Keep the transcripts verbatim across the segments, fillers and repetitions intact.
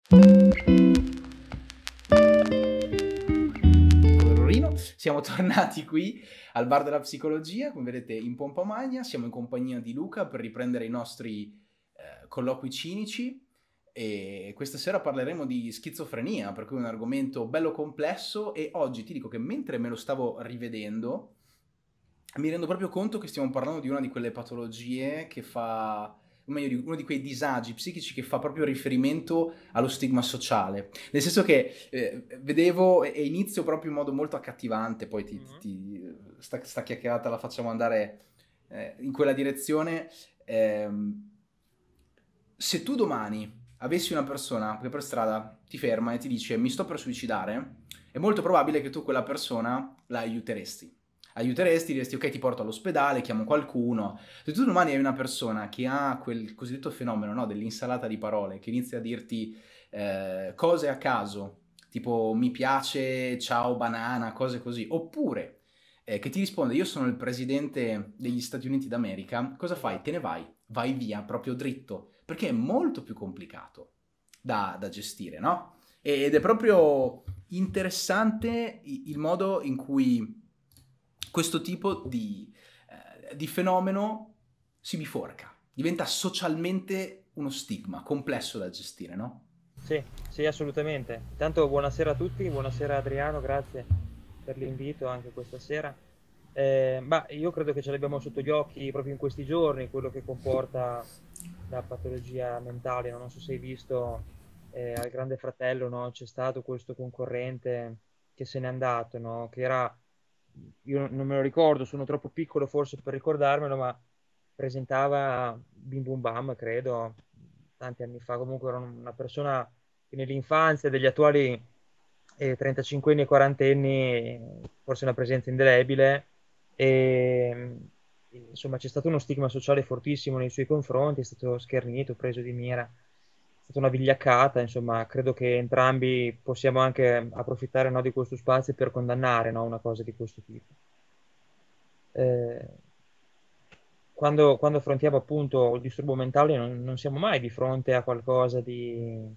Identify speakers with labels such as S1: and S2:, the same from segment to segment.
S1: Siamo tornati qui al Bar della Psicologia, come vedete in pompa magna, siamo in compagnia di Luca per riprendere i nostri eh, colloqui cinici e questa sera parleremo di schizofrenia, per cui è un argomento bello complesso e oggi ti dico che mentre me lo stavo rivedendo mi rendo proprio conto che stiamo parlando di una di quelle patologie che fa, o meglio, di uno di quei disagi psichici che fa proprio riferimento allo stigma sociale. Nel senso che eh, vedevo e inizio proprio in modo molto accattivante, poi ti,
S2: Mhm.
S1: ti sta, sta chiacchierata la facciamo andare eh, in quella direzione. Ehm, se tu domani avessi una persona che per strada ti ferma e ti dice mi sto per suicidare, è molto probabile che tu quella persona la aiuteresti. Aiuteresti, diresti ok ti porto all'ospedale, chiamo qualcuno. Se tu domani hai una persona che ha quel cosiddetto fenomeno, no, dell'insalata di parole, che inizia a dirti eh, cose a caso, tipo mi piace, ciao banana, cose così, oppure eh, che ti risponde io sono il presidente degli Stati Uniti d'America, cosa fai? Te
S2: Esatto.
S1: ne vai, vai via proprio dritto, perché è molto più complicato da, da gestire, no? Ed è proprio interessante il modo in cui questo tipo di, eh, di fenomeno si biforca, diventa socialmente uno stigma complesso da gestire, no?
S2: Sì, sì, assolutamente. Intanto buonasera a tutti, buonasera Adriano, grazie per l'invito anche questa sera. Eh, ma io credo che ce l'abbiamo sotto gli occhi proprio in questi giorni, quello che comporta la patologia mentale. No? Non so se hai visto eh, al Grande Fratello, no? C'è stato questo concorrente che se n'è andato, no? Che era, io non me lo ricordo, sono troppo piccolo forse per ricordarmelo, ma presentava Bim Bum Bam, credo, tanti anni fa. Comunque era una persona che nell'infanzia degli attuali eh, trentacinquenni e quarantenni forse una presenza indelebile e insomma c'è stato uno stigma sociale fortissimo nei suoi confronti, è stato schernito, preso di mira, è stata una vigliaccata, insomma credo che entrambi possiamo anche approfittare, no, di questo spazio per condannare, no, una cosa di questo tipo. Eh, quando, quando affrontiamo appunto il disturbo mentale non, non siamo mai di fronte a qualcosa di,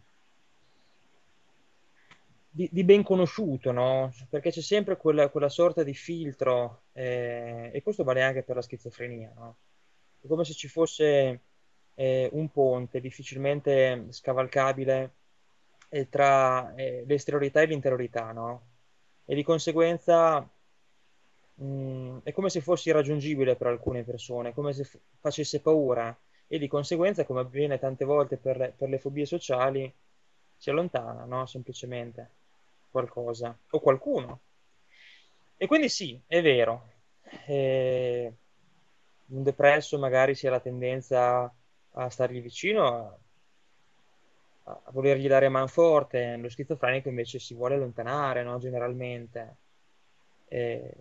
S2: di, di ben conosciuto, no? Perché c'è sempre quella, quella sorta di filtro, eh, e questo vale anche per la schizofrenia, no? È come se ci fosse eh, un ponte difficilmente scavalcabile eh, tra eh, l'esteriorità e l'interiorità, no? E di conseguenza mh, è come se fossi irraggiungibile per alcune persone, come se f- facesse paura e di conseguenza, come avviene tante volte per le, per le fobie sociali, si allontana, no? Semplicemente qualcosa o qualcuno. E quindi sì, è vero. Eh, un depresso magari si ha la tendenza a stargli vicino, a, a volergli dare manforte, lo schizofrenico invece si vuole allontanare, no? Generalmente. Eh,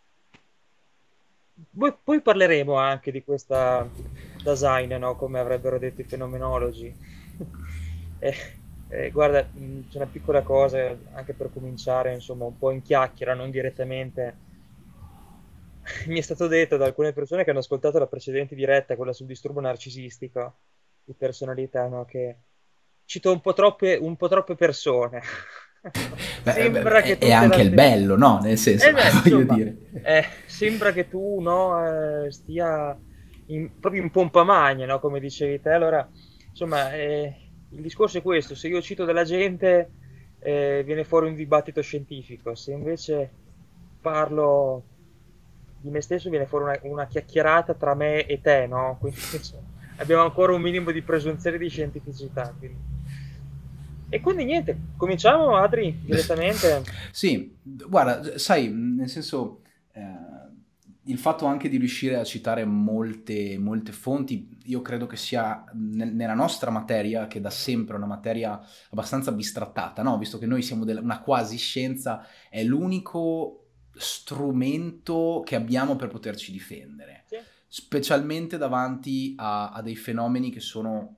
S2: poi, poi parleremo anche di questa design, no? Come avrebbero detto i fenomenologi. Eh, eh, guarda, mh, c'è una piccola cosa, anche per cominciare, insomma, un po' in chiacchiera, non direttamente. Mi è stato detto da alcune persone che hanno ascoltato la precedente diretta, quella sul disturbo narcisistico di personalità, no? Che cito un po' troppe, un po' troppe persone.
S1: Beh, beh,
S2: Sembra che
S1: è, è
S2: tu te la
S1: anche il
S2: stia...
S1: bello, no? Nel senso,
S2: Eh beh,
S1: voglio
S2: insomma,
S1: dire.
S2: eh, sembra che tu, no, eh, stia in- proprio in pompa magna, no? Come dicevi te. Allora, insomma, eh, il discorso è questo: se io cito della gente, eh, viene fuori un dibattito scientifico; se invece parlo di me stesso, viene fuori una, una chiacchierata tra me e te, no? Quindi insomma, abbiamo ancora un minimo di presunzione di scientificità. Quindi. E quindi niente, cominciamo, Adri, direttamente.
S1: Sì, guarda, sai, nel senso, eh, il fatto anche di riuscire a citare molte, molte fonti, io credo che sia nel- nella nostra materia, che da
S2: Mhm.
S1: sempre è una materia abbastanza bistrattata, no? Visto che noi siamo del- una quasi scienza, è l'unico strumento che abbiamo per poterci difendere,
S2: Sì,
S1: specialmente davanti a, a dei fenomeni che sono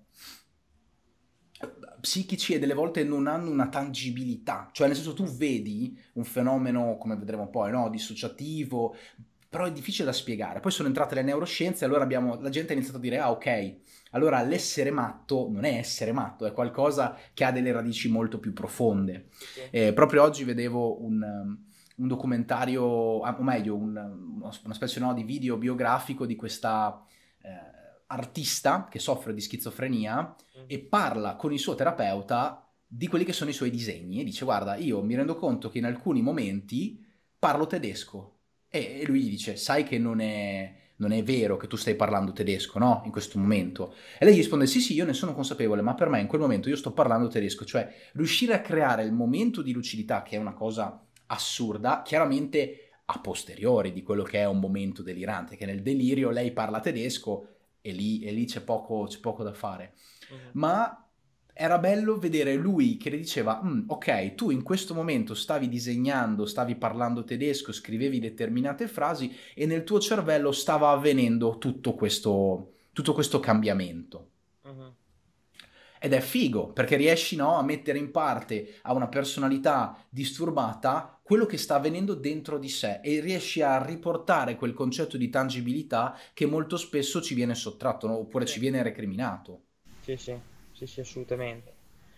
S1: psichici e delle volte non hanno una tangibilità, cioè nel senso tu
S2: mhm,
S1: vedi un fenomeno, come vedremo poi, no, dissociativo, però è difficile da spiegare. Poi sono entrate le neuroscienze e allora abbiamo, la gente ha iniziato a dire, ah ok, allora l'essere matto non è essere matto, è qualcosa che ha delle radici molto più profonde.
S2: Sì, sì.
S1: Eh, proprio oggi vedevo un, um, un documentario, o meglio, un, una specie no, di video biografico di questa eh, artista che soffre di schizofrenia
S2: Mm.
S1: e parla con il suo terapeuta di quelli che sono i suoi disegni e dice guarda, io mi rendo conto che in alcuni momenti parlo tedesco e, e lui gli dice sai che non è, non è vero che tu stai parlando tedesco, no? In questo momento. E lei gli risponde sì sì, io ne sono consapevole, ma per me in quel momento io sto parlando tedesco, cioè riuscire a creare il momento di lucidità, che è una cosa assurda, chiaramente a posteriori di quello che è un momento delirante, che nel delirio lei parla tedesco e lì, e lì c'è, poco, c'è poco da fare.
S2: Mhm.
S1: Ma era bello vedere lui che le diceva "Mm, ok, tu in questo momento stavi disegnando, stavi parlando tedesco, scrivevi determinate frasi e nel tuo cervello stava avvenendo tutto questo, tutto questo cambiamento.
S2: Mhm.
S1: Ed è figo, perché riesci no, a mettere in parte a una personalità disturbata quello che sta avvenendo dentro di sé e riesci a riportare quel concetto di tangibilità che molto spesso ci viene sottratto no? Oppure
S2: Sì,
S1: ci viene recriminato.
S2: sì, sì, sì, sì, assolutamente.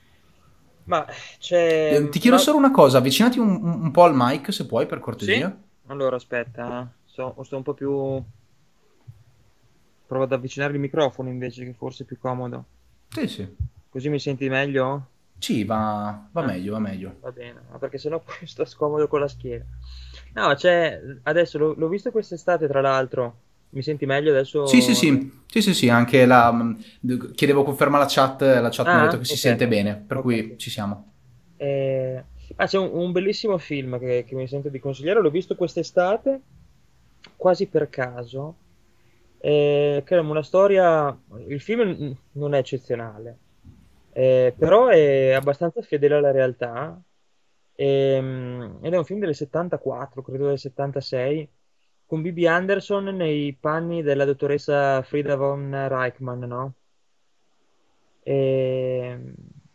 S2: Ma c'è
S1: Eh,
S2: mm,
S1: Ti chiedo
S2: una...
S1: solo una cosa, avvicinati un, un- un po' al mic se puoi, per
S2: Sì?
S1: cortesia.
S2: Allora, aspetta, eh. sto, sto un po' più... Provo ad avvicinare il microfono invece, che forse è più comodo.
S1: Sì, sì.
S2: Così mi senti meglio?
S1: Sì, va, va
S2: Ah,
S1: meglio, va meglio.
S2: va bene, ma perché sennò poi sto scomodo con la schiena. No, c'è... Adesso l'ho l'ho visto quest'estate, tra l'altro. Mi senti meglio
S1: Sì, sì,
S2: adesso?
S1: sì, sì, sì, sì, anche la... mh, chiedevo conferma alla chat, la chat mi ha detto
S2: Ah,
S1: che si
S2: ok.
S1: sente bene, per
S2: Ok,
S1: cui
S2: ok.
S1: ci siamo.
S2: Eh, ah, c'è un, un bellissimo film che, che mi sento di consigliare, l'ho visto quest'estate, quasi per caso, eh, che è una storia, il film n- non è eccezionale, eh, però è abbastanza fedele alla realtà, ehm, ed è un film del settantaquattro, credo del settantasei, con Bibi Anderson nei panni della dottoressa Frida von Reichmann, no? Ehm,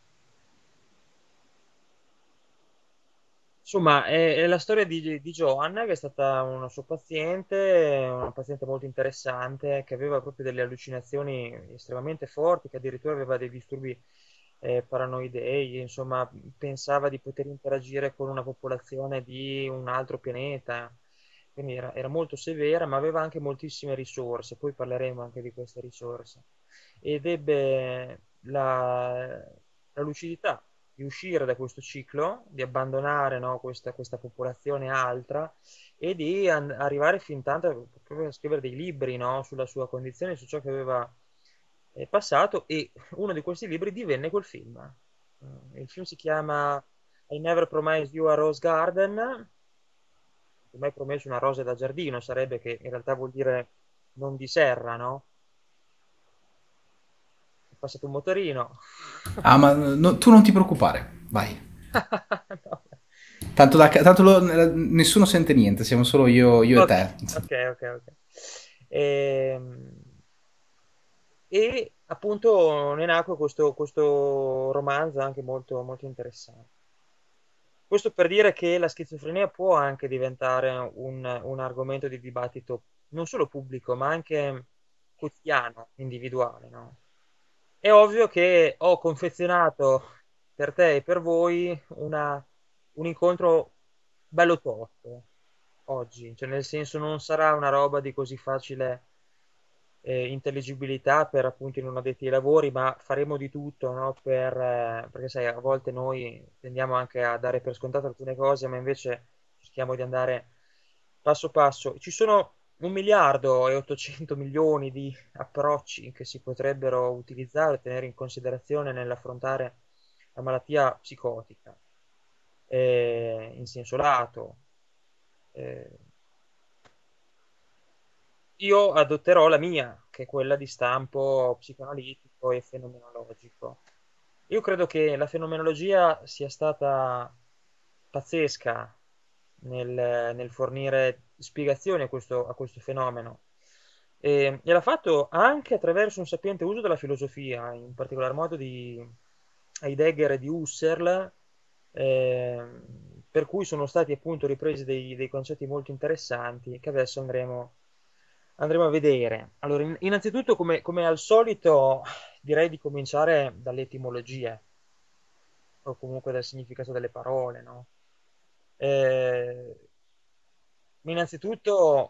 S2: Insomma, è, è la storia di, di Joanna, che è stata una sua paziente, una paziente molto interessante, che aveva proprio delle allucinazioni estremamente forti, che addirittura aveva dei disturbi eh, paranoidei, insomma, pensava di poter interagire con una popolazione di un altro pianeta. Quindi era, era molto severa, ma aveva anche moltissime risorse, poi parleremo anche di queste risorse. Ed ebbe la, la lucidità di uscire da questo ciclo, di abbandonare no, questa, questa popolazione altra e di an- arrivare fin tanto proprio a scrivere dei libri no, sulla sua condizione, su ciò che aveva eh, passato e uno di questi libri divenne quel film. Eh, il film si chiama I Never Promised You a Rose Garden, che mai promesso una rosa da giardino, sarebbe che in realtà vuol dire non di serra, no? È passato un motorino.
S1: Ah, ma no, tu non ti preoccupare, vai.
S2: No.
S1: Tanto, da, tanto lo- nessuno sente niente, siamo solo io, io e
S2: Ok,
S1: te.
S2: ok, ok, ok. Ehm, E, appunto ne nacque questo, questo romanzo anche molto, molto interessante. Questo per dire che la schizofrenia può anche diventare un, un argomento di dibattito non solo pubblico, ma anche quotidiano, individuale, no? È ovvio che ho confezionato per te e per voi una- un incontro bello tosto oggi, cioè nel senso non sarà una roba di così facile eh, intelligibilità per appunto i non addetti ai lavori, ma faremo di tutto, no, per, eh, perché sai, a volte noi tendiamo anche a dare per scontato alcune cose, ma invece cerchiamo di andare passo passo. Ci sono un miliardo e ottocento milioni di approcci che si potrebbero utilizzare e tenere in considerazione nell'affrontare la malattia psicotica, eh, in senso lato. Eh, io adotterò la mia, che è quella di stampo psicoanalitico e fenomenologico. Io credo che la fenomenologia sia stata pazzesca nel, nel fornire spiegazioni a questo, a questo fenomeno. E, e l'ha fatto anche attraverso un sapiente uso della filosofia, in particolar modo di Heidegger e di Husserl, ehm, per cui sono stati appunto ripresi dei, dei concetti molto interessanti che adesso andremo andremo a vedere. Allora, in- innanzitutto, come, come al solito, direi di cominciare dalle etimologie, o comunque dal significato delle parole, no? Eh, innanzitutto,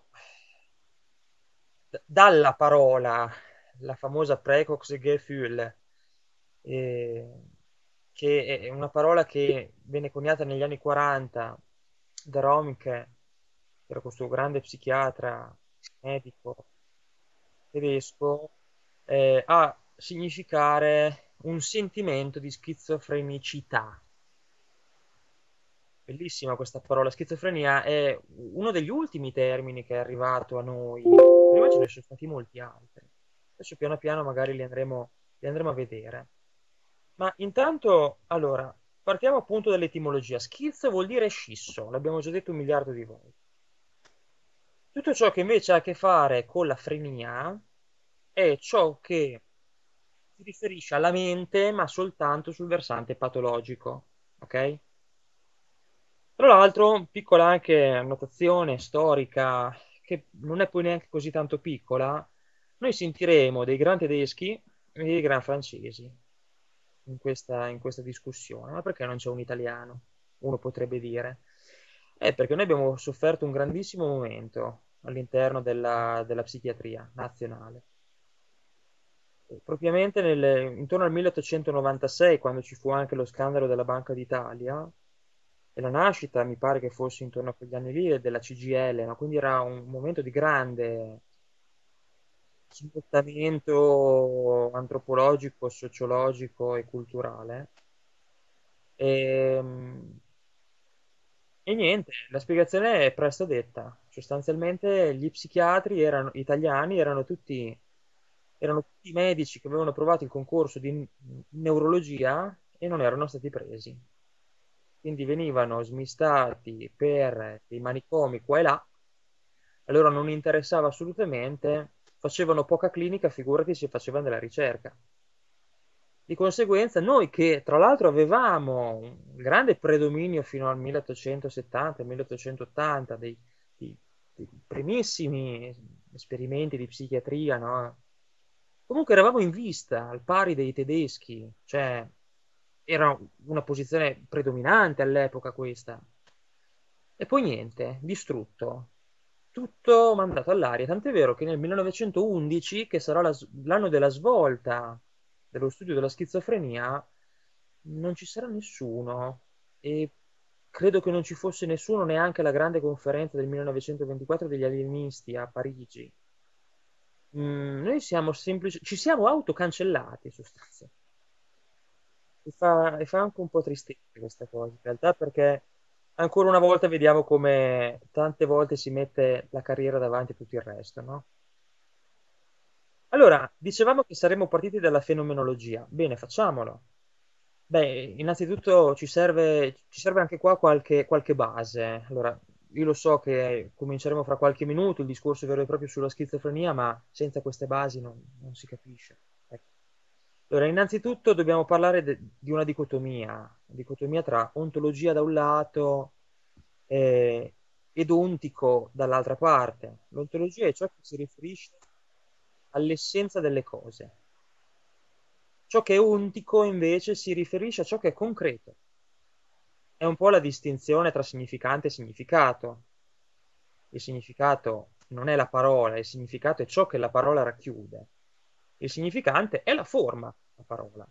S2: d- dalla parola, la famosa Precox-Gefühl, eh, che è una parola che venne coniata negli anni quaranta da Romke, che era questo grande psichiatra, medico tedesco, eh, a significare un sentimento di schizofrenicità. Bellissima questa parola. Schizofrenia è uno degli ultimi termini che è arrivato a noi. Prima ce ne sono stati molti altri. Adesso piano piano magari li andremo, li andremo a vedere. Ma intanto, allora, partiamo appunto dall'etimologia. Schiz vuol dire scisso, l'abbiamo già detto un miliardo di volte. Tutto ciò che invece ha a che fare con la frenia è ciò che si riferisce alla mente, ma soltanto sul versante patologico, ok? Tra l'altro, piccola anche annotazione storica, che non è poi neanche così tanto piccola, noi sentiremo dei gran tedeschi e dei gran francesi in questa, in questa discussione. Ma perché non c'è un italiano? Uno potrebbe dire. È perché noi abbiamo sofferto un grandissimo momento all'interno della, della psichiatria nazionale. E propriamente nel- intorno al milleottocentonovantasei, quando ci fu anche lo scandalo della Banca d'Italia, e la nascita mi pare che fosse intorno a quegli anni lì della C G I L, no? Quindi era un momento di grande smistamento antropologico, sociologico e culturale. E, e niente, la spiegazione è presto detta. Sostanzialmente gli psichiatri erano, italiani erano tutti, erano tutti medici che avevano provato il concorso di neurologia e non erano stati presi. Quindi venivano smistati per dei manicomi qua e là, a loro non interessava assolutamente, facevano poca clinica, figurati se facevano della ricerca. Di conseguenza, noi che tra l'altro avevamo un grande predominio fino al milleottocentosettanta-milleottocentottanta dei, dei- dei primissimi esperimenti di psichiatria, no? Comunque eravamo in vista, al pari dei tedeschi, cioè era una posizione predominante all'epoca questa. E poi niente, distrutto. Tutto mandato all'aria, tant'è vero che nel millenovecentoundici, che sarà la s- l'anno della svolta dello studio della schizofrenia, non ci sarà nessuno e credo che non ci fosse nessuno neanche alla grande conferenza del millenovecentoventiquattro degli alienisti a Parigi. Mm, noi siamo semplici, ci siamo autocancellati in sostanza. E fa, e fa anche un po' tristezza questa cosa, in realtà, perché ancora una volta vediamo come tante volte si mette la carriera davanti a tutto il resto, no? Allora, dicevamo che saremmo partiti dalla fenomenologia. Bene, facciamolo. Beh, innanzitutto ci serve, ci serve anche qua qualche, qualche base. Allora, io lo so che cominceremo fra qualche minuto il discorso vero e proprio sulla schizofrenia, ma senza queste basi non, non si capisce. Ecco. Allora, innanzitutto dobbiamo parlare de- di una dicotomia, dicotomia tra ontologia da un lato eh, ed ontico dall'altra parte. L'ontologia è ciò che si riferisce all'essenza delle cose. Ciò che è ontico invece si riferisce a ciò che è concreto. È un po' la distinzione tra significante e significato. Il significato non è la parola, il significato è ciò che la parola racchiude. Il significante è la forma, la parola.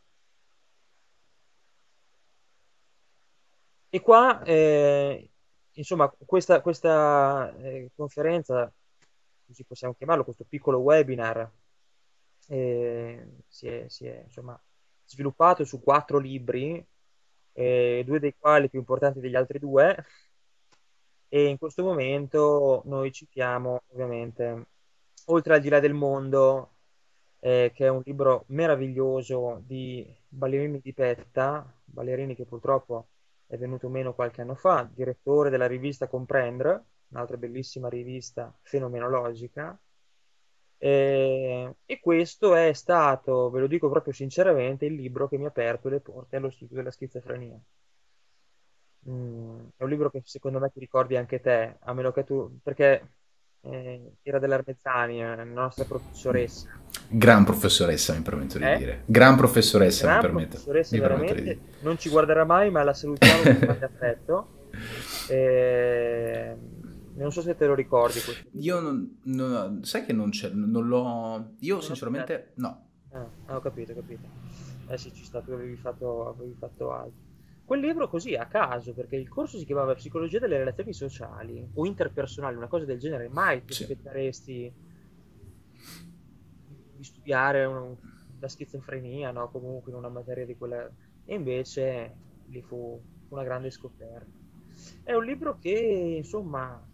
S2: E qua, eh, insomma, questa, questa eh, conferenza, così possiamo chiamarlo, questo piccolo webinar, eh, si è, si è, insomma, sviluppato su quattro libri, eh, due dei quali più importanti degli altri due, e in questo momento noi citiamo ovviamente Oltre al di là del mondo, eh, che è un libro meraviglioso di Ballerini di Petta, Ballerini che purtroppo è venuto meno qualche anno fa, direttore della rivista Comprendre, un'altra bellissima rivista fenomenologica. Eh, e questo è stato, ve lo dico proprio sinceramente, il libro che mi ha aperto le porte allo studio della schizofrenia. Mm, è un libro che secondo me ti ricordi anche te, a meno che tu, perché eh, era dell'Armezzani, eh, la nostra professoressa.
S1: Gran professoressa, mi permetto di
S2: Eh?
S1: dire. Gran professoressa, mi
S2: Gran
S1: permetto,
S2: professoressa
S1: mi permetto di dire.
S2: veramente, non ci guarderà mai, ma la salutiamo con grande affetto. E... Non so se te lo ricordi questo
S1: Io
S2: libro.
S1: non, non- sai che non c'è, non l'ho... Io
S2: Non l'ho studiato.
S1: sinceramente no.
S2: Ah, ah, ho capito, ho capito. Eh sì, ci sta, tu avevi fatto, avevi fatto altro. Quel libro così a caso, perché il corso si chiamava Psicologia delle relazioni sociali o interpersonali, una cosa del genere, mai ti
S1: Sì.
S2: aspetteresti di studiare un- la schizofrenia, no? Comunque in una materia di quella. E invece lì fu una grande scoperta. È un libro che, insomma,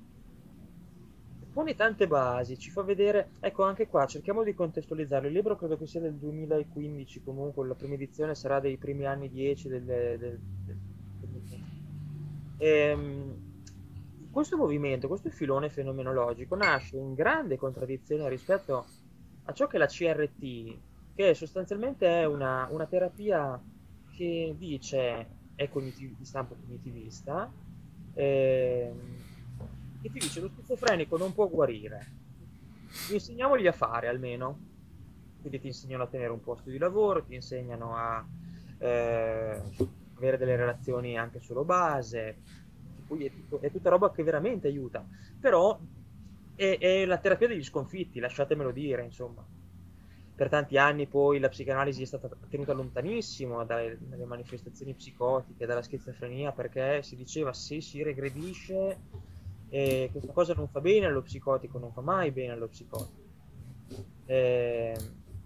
S2: pone tante basi, ci fa vedere, ecco anche qua, cerchiamo di contestualizzarlo. Il libro credo che sia del duemilaquindici, comunque la prima edizione sarà dei primi anni dieci del, del, del- del millennio. Ehm, questo movimento, questo filone fenomenologico nasce in grande contraddizione rispetto a ciò che è la C R T, che sostanzialmente è una, una terapia che dice è cognitivi- di stampo cognitivista, ehm, che ti dice lo schizofrenico non può guarire. Insegniamogli a fare almeno. Quindi ti insegnano a tenere un posto di lavoro, ti insegnano a eh, avere delle relazioni anche solo base, poi è, tutto- è tutta roba che veramente aiuta. Però è, è la terapia degli sconfitti, lasciatemelo dire, insomma. Per tanti anni poi la psicanalisi è stata tenuta lontanissimo dalle, dalle manifestazioni psicotiche, dalla schizofrenia, perché si diceva se si regredisce eh, questa cosa non fa bene allo psicotico, non fa mai bene allo psicotico. Eh,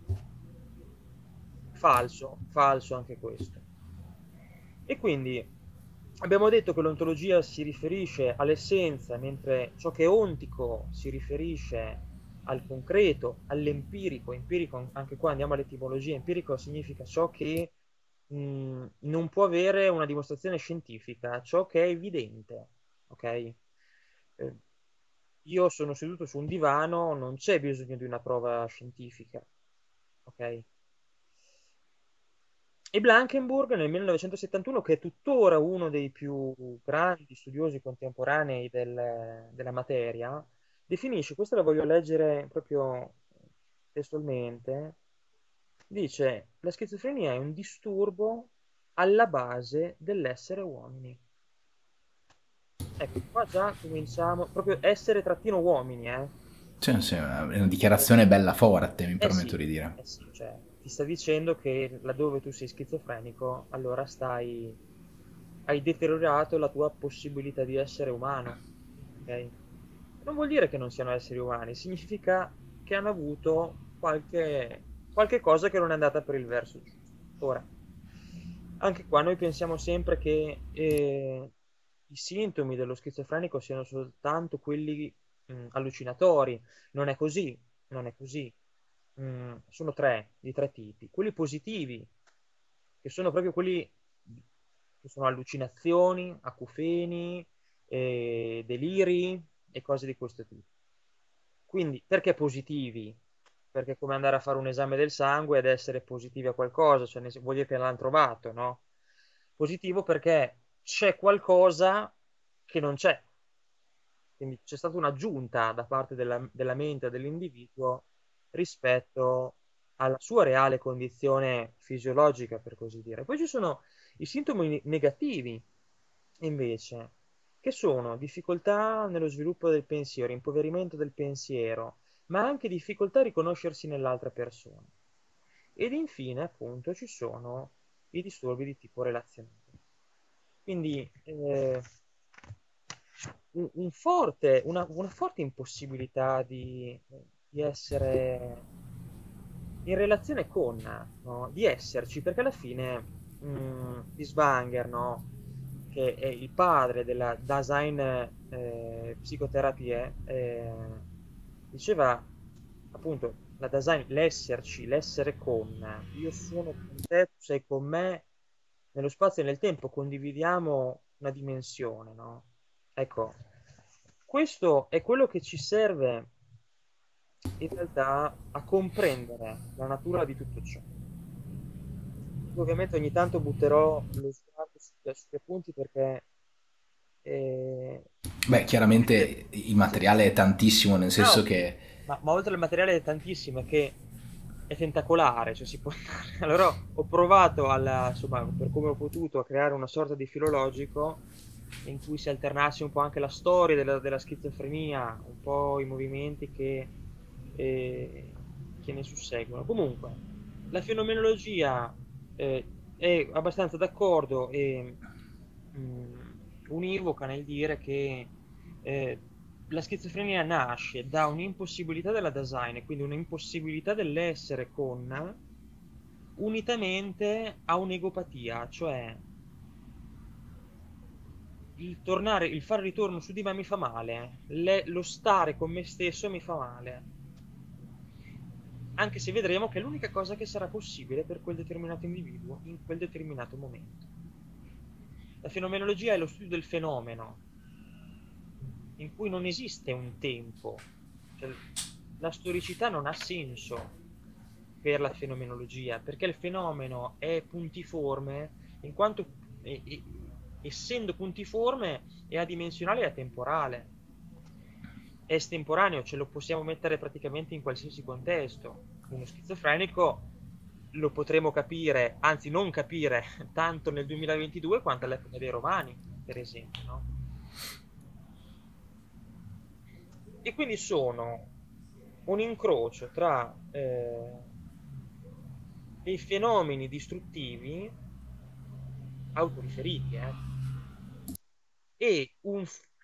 S2: falso, falso anche questo. E quindi abbiamo detto che l'ontologia si riferisce all'essenza, mentre ciò che è ontico si riferisce al concreto, all'empirico. Empirico, anche qua andiamo all'etimologia, empirico significa ciò che mh, non può avere una dimostrazione scientifica, ciò che è evidente, ok? Eh, io sono seduto su un divano, non c'è bisogno di una prova scientifica, ok? E Blankenburg nel millenovecentosettantuno, che è tuttora uno dei più grandi studiosi contemporanei del- della materia, definisce, questa la voglio leggere proprio testualmente, dice, la schizofrenia è un disturbo alla base dell'essere uomini. Ecco, qua già cominciamo, proprio essere trattino uomini, eh?
S1: Cioè, sì, è una dichiarazione bella forte, mi
S2: Eh
S1: permetto
S2: sì,
S1: di dire.
S2: eh sì, cioè, ti sta dicendo che laddove tu sei schizofrenico, allora stai, hai deteriorato la tua possibilità di essere umano, ok? Non vuol dire che non siano esseri umani, significa che hanno avuto qualche, qualche cosa che non è andata per il verso giusto. Ora, anche qua noi pensiamo sempre che eh, i sintomi dello schizofrenico siano soltanto quelli mh, allucinatori. Non è così, non è così. Mm, sono tre, di tre tipi. Quelli positivi, che sono proprio quelli che sono allucinazioni, acufeni, eh, deliri e cose di questo tipo. Quindi, perché positivi? Perché è come andare a fare un esame del sangue ed essere positivi a qualcosa, cioè nel sen- vuol dire che l'hanno trovato, no? Positivo perché c'è qualcosa che non c'è. Quindi c'è stata un'aggiunta da parte della, della mente dell'individuo rispetto alla sua reale condizione fisiologica, per così dire. Poi ci sono i sintomi negativi, invece, che sono difficoltà nello sviluppo del pensiero, impoverimento del pensiero, ma anche difficoltà a riconoscersi nell'altra persona. Ed infine, appunto, ci sono i disturbi di tipo relazionale. Quindi eh, un, un forte, una, una forte impossibilità di, di essere in relazione con, no? Di esserci, perché alla fine mh, di Swanger, no? Che è il padre della Dasein eh, psicoterapia, eh, diceva appunto la Dasein, l'esserci, l'essere con, io sono con te, tu sei con me, nello spazio e nel tempo condividiamo una dimensione, no? Ecco, questo è quello che ci serve in realtà a comprendere la natura di tutto ciò. Ovviamente ogni tanto butterò lo sguardo sugli, sugli appunti perché eh,
S1: Beh,
S2: Mentre-
S1: chiaramente il materiale è tantissimo, nel
S2: Ah,
S1: senso
S2: ok.
S1: che...
S2: Ma, ma oltre al materiale è tantissimo, è che è tentacolare, cioè si può andare. Allora ho provato alla, insomma, per come ho potuto, a creare una sorta di filologico in cui si alternasse un po' anche la storia della, della schizofrenia, un po' i movimenti che, eh, che ne susseguono. Comunque, la fenomenologia eh, è abbastanza d'accordo e mh, univoca nel dire che eh, la schizofrenia nasce da un'impossibilità della design, e quindi un'impossibilità dell'essere con, unitamente a un'egopatia, cioè il tornare, il fare ritorno su di me mi fa male, le- lo stare con me stesso mi fa male, anche se vedremo che è l'unica cosa che sarà possibile per quel determinato individuo in quel determinato momento. La fenomenologia è lo studio del fenomeno, in cui non esiste un tempo, cioè, la storicità non ha senso per la fenomenologia, perché il fenomeno è puntiforme, in quanto, e- e- essendo puntiforme, è adimensionale e atemporale. È estemporaneo, ce lo possiamo mettere praticamente in qualsiasi contesto. Uno schizofrenico lo potremo capire, anzi non capire, tanto nel duemilaventidue quanto all'epoca dei Romani, per esempio, no? E quindi sono un incrocio tra eh, dei fenomeni distruttivi autoriferiti, eh, e un,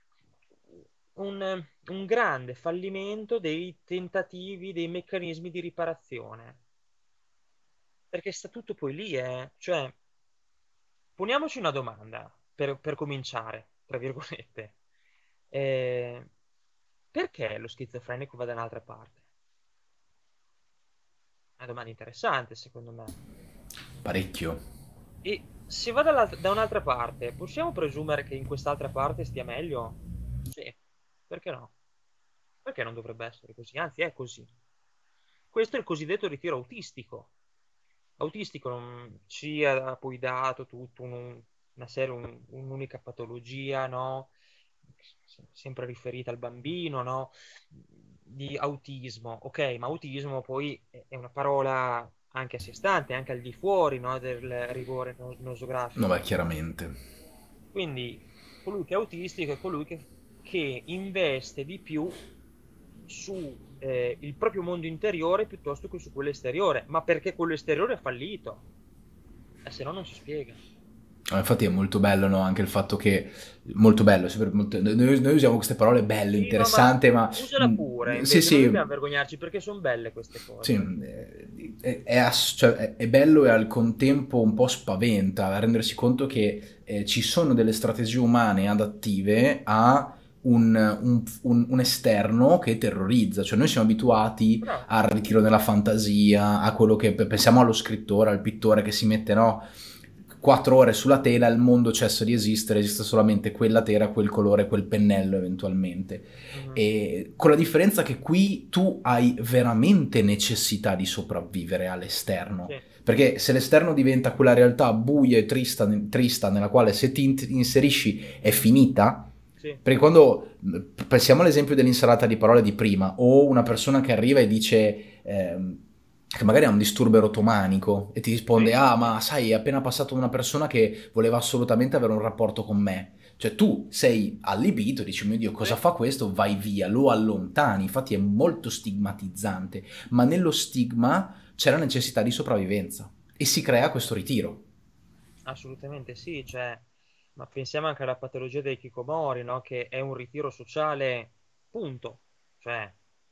S2: un, un grande fallimento dei tentativi, dei meccanismi di riparazione. Perché sta tutto poi lì, eh. Cioè, poniamoci una domanda per, per cominciare, tra virgolette. Eh, perché lo schizofrenico va da un'altra parte? Una domanda interessante, secondo me.
S1: Parecchio.
S2: E se va dalla- da un'altra parte, possiamo presumere che in quest'altra parte stia meglio? Sì, perché no? Perché non dovrebbe essere così? Anzi, è così. Questo è il cosiddetto ritiro autistico. Autistico non ci ha poi dato tutto un- una serie, un- un'unica patologia, no? Sempre riferita al bambino, no? Di autismo. Ok, ma autismo poi è è una parola anche a sé stante, anche al di fuori, no, del rigore no-
S1: No, beh,
S2: nosografico.
S1: chiaramente.
S2: Quindi colui che è autistico è colui che, che investe di più su eh, il proprio mondo interiore piuttosto che su quello esteriore, ma perché quello esteriore è fallito, e se no non si spiega.
S1: No, infatti è molto bello, no? Anche il fatto che... Molto bello, sempre molto- noi, noi usiamo queste parole bello,
S2: Sì, no, ma
S1: interessante, ma...
S2: usala pure,
S1: mh, sì,
S2: invece non dobbiamo
S1: sì,
S2: vergognarci perché sono belle queste
S1: sì,
S2: cose.
S1: eh, è, è ass- cioè, è- è bello e al contempo un po' spaventa a rendersi conto che eh, ci sono delle strategie umane adattive a un, un- un- un esterno che terrorizza. Cioè noi siamo abituati
S2: Bravo,
S1: al ritiro nella fantasia, a quello che pensiamo allo scrittore, al pittore che si mette, no? Quattro ore sulla tela, il mondo cessa di esistere, esiste solamente quella tela, quel colore, quel pennello eventualmente.
S2: mhm,
S1: E con la differenza che qui tu hai veramente necessità di sopravvivere all'esterno.
S2: sì,
S1: Perché se l'esterno diventa quella realtà buia e trista, trista nella quale se ti inserisci è finita,
S2: sì,
S1: perché quando pensiamo all'esempio dell'insalata di parole di prima, o una persona che arriva e dice ehm, che magari ha un disturbo erotomanico e ti risponde:
S2: sì,
S1: ah,
S2: sì,
S1: ma sai, è appena passato una persona che voleva assolutamente avere un rapporto con me. Cioè tu sei allibito, dici mio Dio cosa
S2: sì,
S1: fa questo, vai via, lo allontani, infatti è molto stigmatizzante, ma nello stigma c'è la necessità di sopravvivenza e si crea questo ritiro.
S2: assolutamente sì, cioè, ma pensiamo anche alla patologia dei Kikomori, no? Che è un ritiro sociale, punto. Cioè,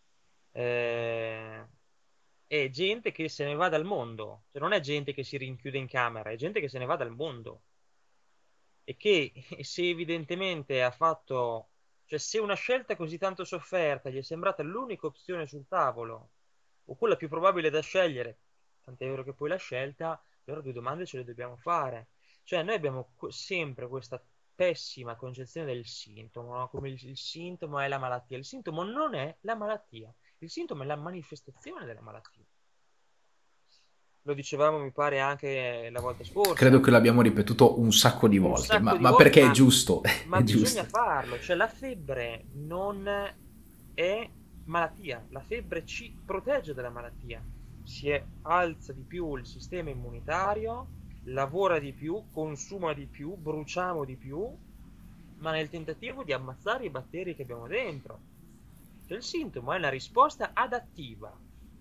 S2: eh, è gente che se ne va dal mondo, cioè non è gente che si rinchiude in camera, è gente che se ne va dal mondo e che se evidentemente ha fatto, cioè se una scelta così tanto sofferta gli è sembrata l'unica opzione sul tavolo, o quella più probabile da scegliere, tant'è vero che poi l'ha scelta, allora due domande ce le dobbiamo fare. Cioè noi abbiamo que- sempre questa pessima concezione del sintomo, no? Come il, il sintomo è la malattia. Il sintomo non è la malattia, il sintomo è la manifestazione della malattia. lo dicevamo mi pare anche la volta
S1: Credo
S2: scorsa,
S1: che l'abbiamo ripetuto un sacco di
S2: un
S1: volte,
S2: sacco
S1: ma,
S2: di
S1: ma
S2: volte,
S1: perché è
S2: ma,
S1: giusto,
S2: ma
S1: è
S2: bisogna
S1: giusto.
S2: farlo, cioè la febbre non è malattia, la febbre ci protegge dalla malattia, si è- alza di più il sistema immunitario, lavora di più, consuma di più, bruciamo di più, ma nel tentativo di ammazzare i batteri che abbiamo dentro. Cioè il sintomo è una risposta adattiva,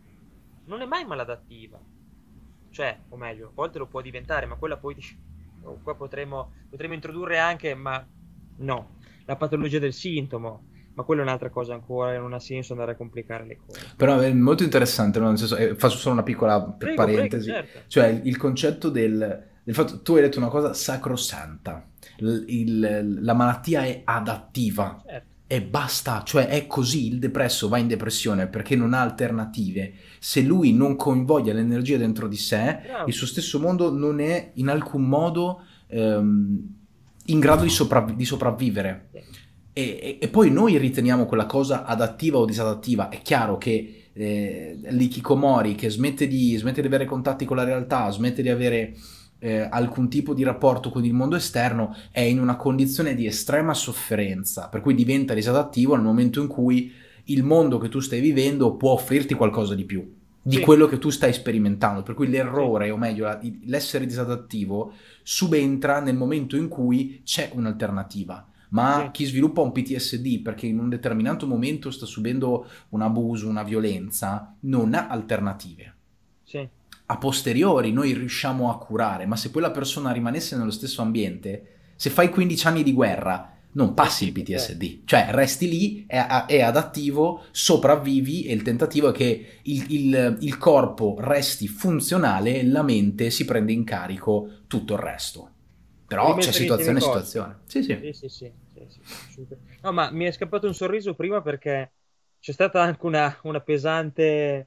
S2: non è mai maladattiva. Cioè, o meglio, a volte lo può diventare, ma quella poi di- oh, qua potremmo, potremmo introdurre anche, ma no, la patologia del sintomo, ma quella è un'altra cosa ancora e non ha senso andare a complicare le cose.
S1: Però è molto interessante, no? Nel senso, eh, faccio solo una piccola per
S2: Prego, prego,
S1: parentesi,
S2: certo,
S1: cioè il, il concetto del, del fatto, tu hai detto una cosa sacrosanta, L- il- la malattia è adattiva
S2: certo,
S1: e basta, cioè è così, il depresso va in depressione perché non ha alternative, se lui non convoglia l'energia dentro di sé, il
S2: bravo,
S1: suo stesso mondo non è in alcun modo ehm, in grado di, sopravvi- di sopravvivere.
S2: sì,
S1: E, e- e poi noi riteniamo quella cosa adattiva o disadattiva. È chiaro che eh, l'ikikomori che smette di, smette di avere contatti con la realtà, smette di avere eh, alcun tipo di rapporto con il mondo esterno, è in una condizione di estrema sofferenza, per cui diventa disadattivo nel momento in cui il mondo che tu stai vivendo può offrirti qualcosa di più di
S2: sì,
S1: quello che tu stai sperimentando, per cui
S2: sì,
S1: l'errore, o meglio l'essere disadattivo, subentra nel momento in cui c'è un'alternativa. Ma
S2: sì,
S1: chi sviluppa un P T S D perché in un determinato momento sta subendo un abuso, una violenza, non ha alternative.
S2: sì,
S1: A posteriori noi riusciamo a curare, ma se quella persona rimanesse nello stesso ambiente, se fai quindici anni di guerra, non
S2: eh
S1: passi
S2: sì,
S1: il
S2: perché,
S1: P T S D, cioè resti lì, è, è adattivo, sopravvivi e il tentativo è che il, il, il corpo resti funzionale e la mente si prende in carico tutto il resto. Però c'è
S2: rimettere insieme i
S1: situazione e
S2: corpi.
S1: situazione. Sì, sì.
S2: Sì, sì, sì, sì, sì, sì, assolutamente. No, ma mi è scappato un sorriso prima perché c'è stata anche una, una pesante,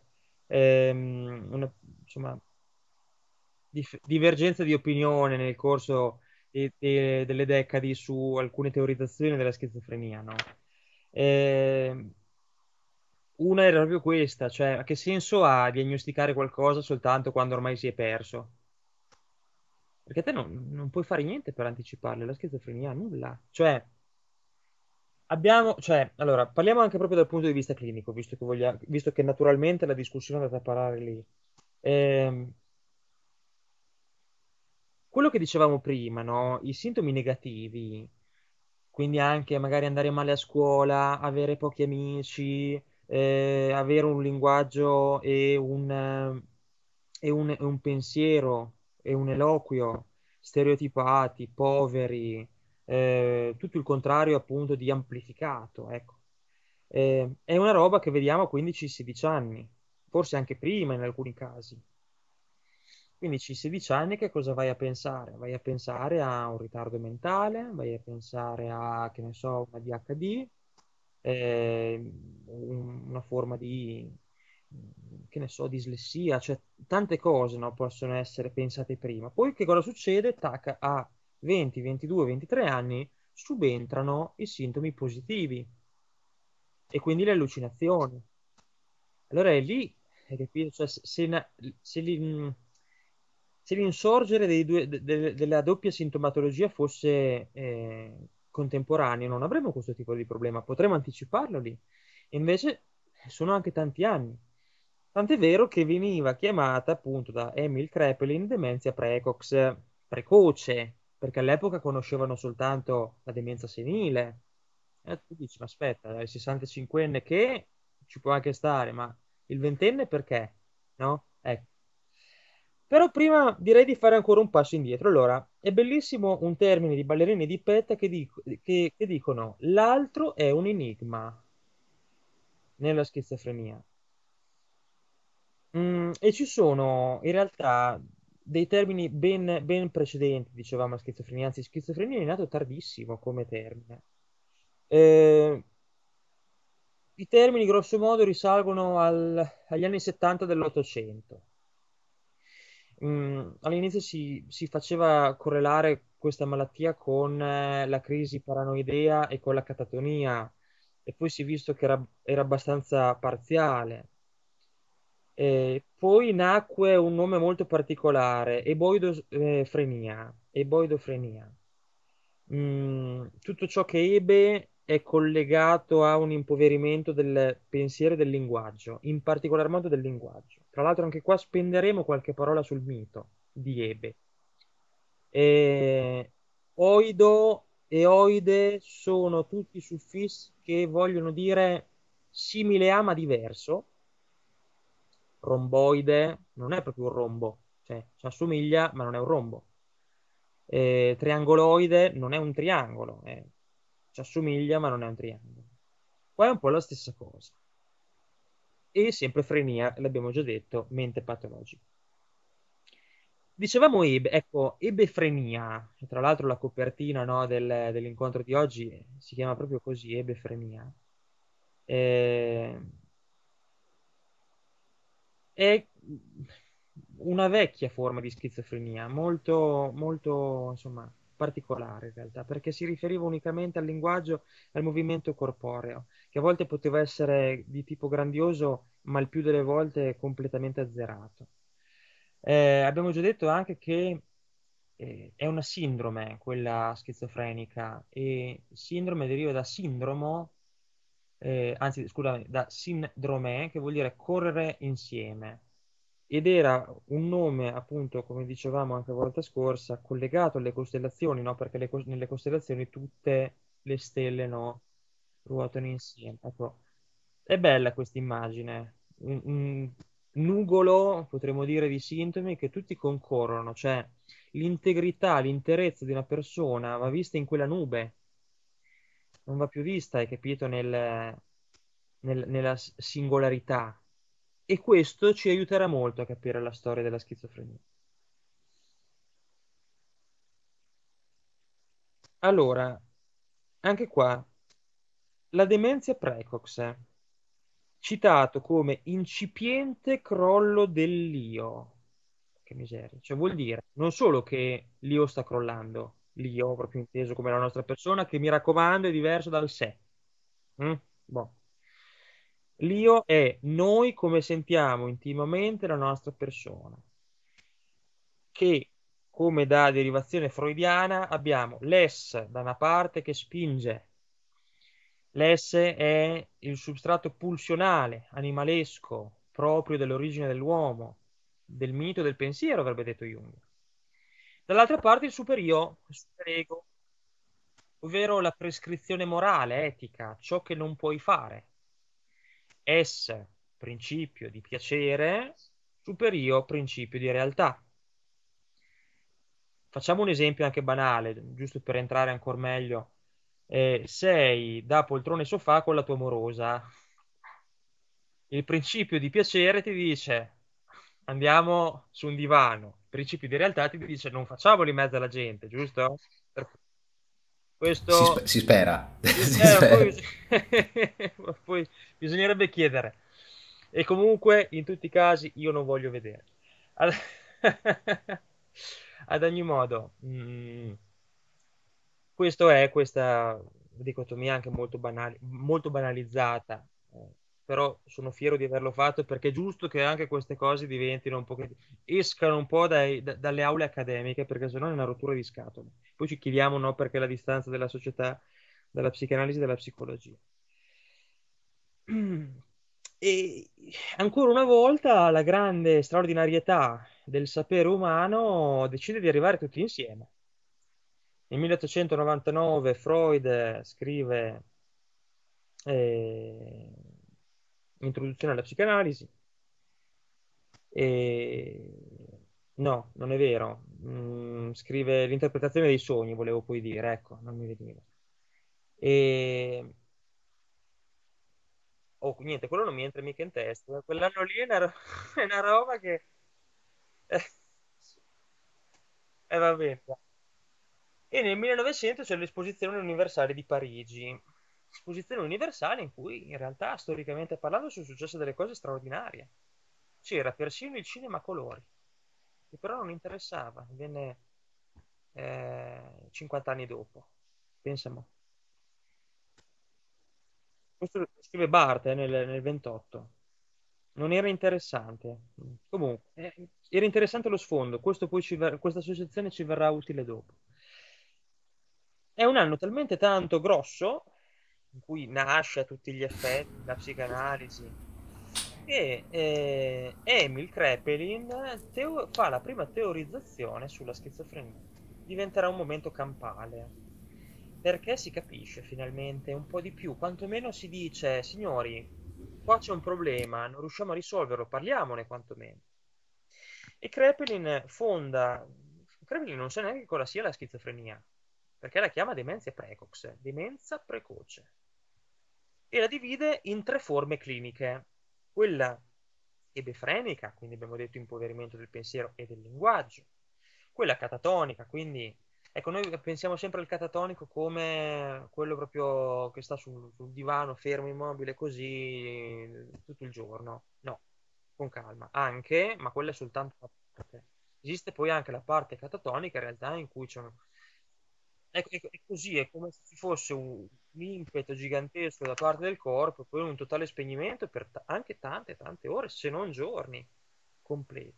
S2: ehm, una, insomma, dif- divergenza di opinione nel corso de- de- delle decadi su alcune teorizzazioni della schizofrenia, no? Ehm, una era proprio questa, cioè che senso ha diagnosticare qualcosa soltanto quando ormai si è perso? Perché te non, non puoi fare niente per anticiparle, la schizofrenia, nulla. Cioè, abbiamo, cioè, allora, parliamo anche proprio dal punto di vista clinico, visto che, voglia- visto che naturalmente la discussione è andata a parare lì. Ehm, quello che dicevamo prima, no? I sintomi negativi, quindi anche magari andare male a scuola, avere pochi amici, eh, avere un linguaggio e un, eh, e un, e un pensiero e un eloquio stereotipati, poveri, eh, tutto il contrario appunto di amplificato, ecco. Eh, è una roba che vediamo a quindici sedici anni, forse anche prima in alcuni casi. quindici sedici anni che cosa vai a pensare? Vai a pensare a un ritardo mentale, vai a pensare a, che ne so, una D H D, eh, un- una forma di, che ne so, dislessia, cioè tante cose, no, possono essere pensate prima. Poi che cosa succede? Tac, a venti, ventidue, ventitré anni subentrano i sintomi positivi e quindi le allucinazioni. Allora è lì, hai capito? Cioè, se, se na- se l'in- se l'insorgere dei due- de- de- della doppia sintomatologia fosse eh, contemporaneo, non avremmo questo tipo di problema, potremmo anticiparlo lì. Invece sono anche tanti anni. Tant'è vero che veniva chiamata appunto da Emil Kraepelin demenza precox, precoce, perché all'epoca conoscevano soltanto la demenza senile. E tu dici, ma aspetta, il sessantacinquenne che ci può anche stare, ma il ventenne perché? No? Ecco. Però prima direi di fare ancora un passo indietro. Allora, è bellissimo un termine di ballerini di petta che, dic- che- che dicono l'altro è un enigma nella schizofrenia. Mm, e ci sono in realtà dei termini ben, ben precedenti, dicevamo, a schizofrenia, anzi, schizofrenia è nato tardissimo come termine. Eh, I termini, grosso modo, risalgono al- agli anni settanta dell'Ottocento. Mm, all'inizio si, si faceva correlare questa malattia con eh, la crisi paranoidea e con la catatonia, e poi si è visto che era, era abbastanza parziale. E poi nacque un nome molto particolare, eboidofrenia. Eboidofrenia. Mm, tutto ciò che ebbe è collegato a un impoverimento del pensiero e del linguaggio, in particolar modo del linguaggio. Tra l'altro anche qua spenderemo qualche parola sul mito di Ebe. E oido e oide sono tutti suffissi che vogliono dire simile a ma diverso. Romboide non è proprio un rombo, cioè ci assomiglia ma non è un rombo. Eh, triangoloide non è un triangolo, eh, ci assomiglia ma non è un triangolo. Qua è un po' la stessa cosa. E sempre frenia, l'abbiamo già detto, mente patologica. Dicevamo ebe, ecco, ebefrenia, e tra l'altro la copertina, no, del- dell'incontro di oggi si chiama proprio così, ebefrenia. Eh, è una vecchia forma di schizofrenia, molto, molto, insomma, particolare in realtà, perché si riferiva unicamente al linguaggio e al movimento corporeo, che a volte poteva essere di tipo grandioso, ma il più delle volte completamente azzerato. Eh, abbiamo già detto anche che eh, è una sindrome, quella schizofrenica, e sindrome deriva da sindromo, eh, anzi, scusami, da sindrome, che vuol dire correre insieme. Ed era un nome, appunto, come dicevamo anche la volta scorsa, collegato alle costellazioni, no? Perché le cos- nelle costellazioni tutte le stelle, no, ruotano insieme. Ecco, è bella questa immagine. Un, un nugolo, potremmo dire, di sintomi che tutti concorrono, cioè l'integrità, l'interezza di una persona va vista in quella nube, non va più vista, hai capito, nel- nel- nella s- singolarità. E questo ci aiuterà molto a capire la storia della schizofrenia. Allora, anche qua, la demenza precoce, citato come incipiente crollo dell'io. Che miseria. Cioè vuol dire non solo che l'io sta crollando, l'io proprio inteso come la nostra persona, che mi raccomando è diverso dal sé. Mm? Boh. L'io è noi come sentiamo intimamente la nostra persona, che come da derivazione freudiana abbiamo l'ess da una parte che spinge, l'ess è il substrato pulsionale, animalesco, proprio dell'origine dell'uomo, del mito e del pensiero, avrebbe detto Jung. Dall'altra parte il superio, il superego, ovvero la prescrizione morale, etica, ciò che non puoi fare. S, principio di piacere, superio, principio di realtà. Facciamo un esempio anche banale, giusto per entrare ancora meglio. Eh, sei da poltrone e sofà con la tua morosa. Il principio di piacere ti dice andiamo su un divano. Il principio di realtà ti dice non facciamolo in mezzo alla gente, giusto? Per
S1: Si,
S2: questo
S1: spe- si spera. Si
S2: eh, poi,
S1: spera.
S2: poi bisognerebbe chiedere. E comunque, in tutti i casi, io non voglio vedere. Ad, ad ogni modo, mm, questo è questa dicotomia anche molto banali- molto banalizzata, eh, però sono fiero di averlo fatto perché è giusto che anche queste cose diventino un po' che escano un po' dai- da- dalle aule accademiche, perché sennò è una rottura di scatole. Poi ci chiediamo, no, perché la distanza della società dalla psicanalisi e dalla psicologia. E ancora una volta la grande straordinarietà del sapere umano decide di arrivare tutti insieme. Nel milleottocentonovantanove Freud scrive eh, Introduzione alla psicanalisi. E... No, non è vero. Mm, scrive l'interpretazione dei sogni, volevo poi dire, ecco, non mi veniva. E... Oh, niente, quello non mi entra mica in testa. Quell'anno lì è una, ro- è una roba che... Eh, eh, va bene. E nel millenovecento c'è l'Esposizione Universale di Parigi. Esposizione universale in cui in realtà, storicamente parlando, sono successe delle cose straordinarie. C'era persino il cinema a colori, che però non interessava, venne eh, cinquanta anni dopo. Pensiamo. Questo lo scrive Barthes eh, nel, nel ventotto. non era interessante. Comunque, eh, era interessante lo sfondo, questo poi ci ver- questa associazione ci verrà utile dopo. È un anno talmente tanto grosso, in cui nasce a tutti gli effetti la psicanalisi, che eh, Emil Kraepelin teo- fa la prima teorizzazione sulla schizofrenia. Diventerà un momento campale, perché si capisce finalmente un po' di più, quantomeno si dice, signori, qua c'è un problema, non riusciamo a risolverlo, parliamone quantomeno. E Kraepelin fonda, Kraepelin non sa neanche cosa sia la schizofrenia, perché la chiama demenza precox, demenza precoce, e la divide in tre forme cliniche. Quella ebefrenica, quindi abbiamo detto impoverimento del pensiero e del linguaggio, quella catatonica, quindi ecco, noi pensiamo sempre al catatonico come quello proprio che sta sul, sul divano, fermo, immobile, così tutto il giorno. No, con calma. Anche, ma quella è soltanto una parte. Esiste poi anche la parte catatonica, in realtà, in cui c'è un... È, è- è così, è come se ci fosse un, un impeto gigantesco da parte del corpo, e poi un totale spegnimento per ta- anche tante, tante ore, se non giorni completi.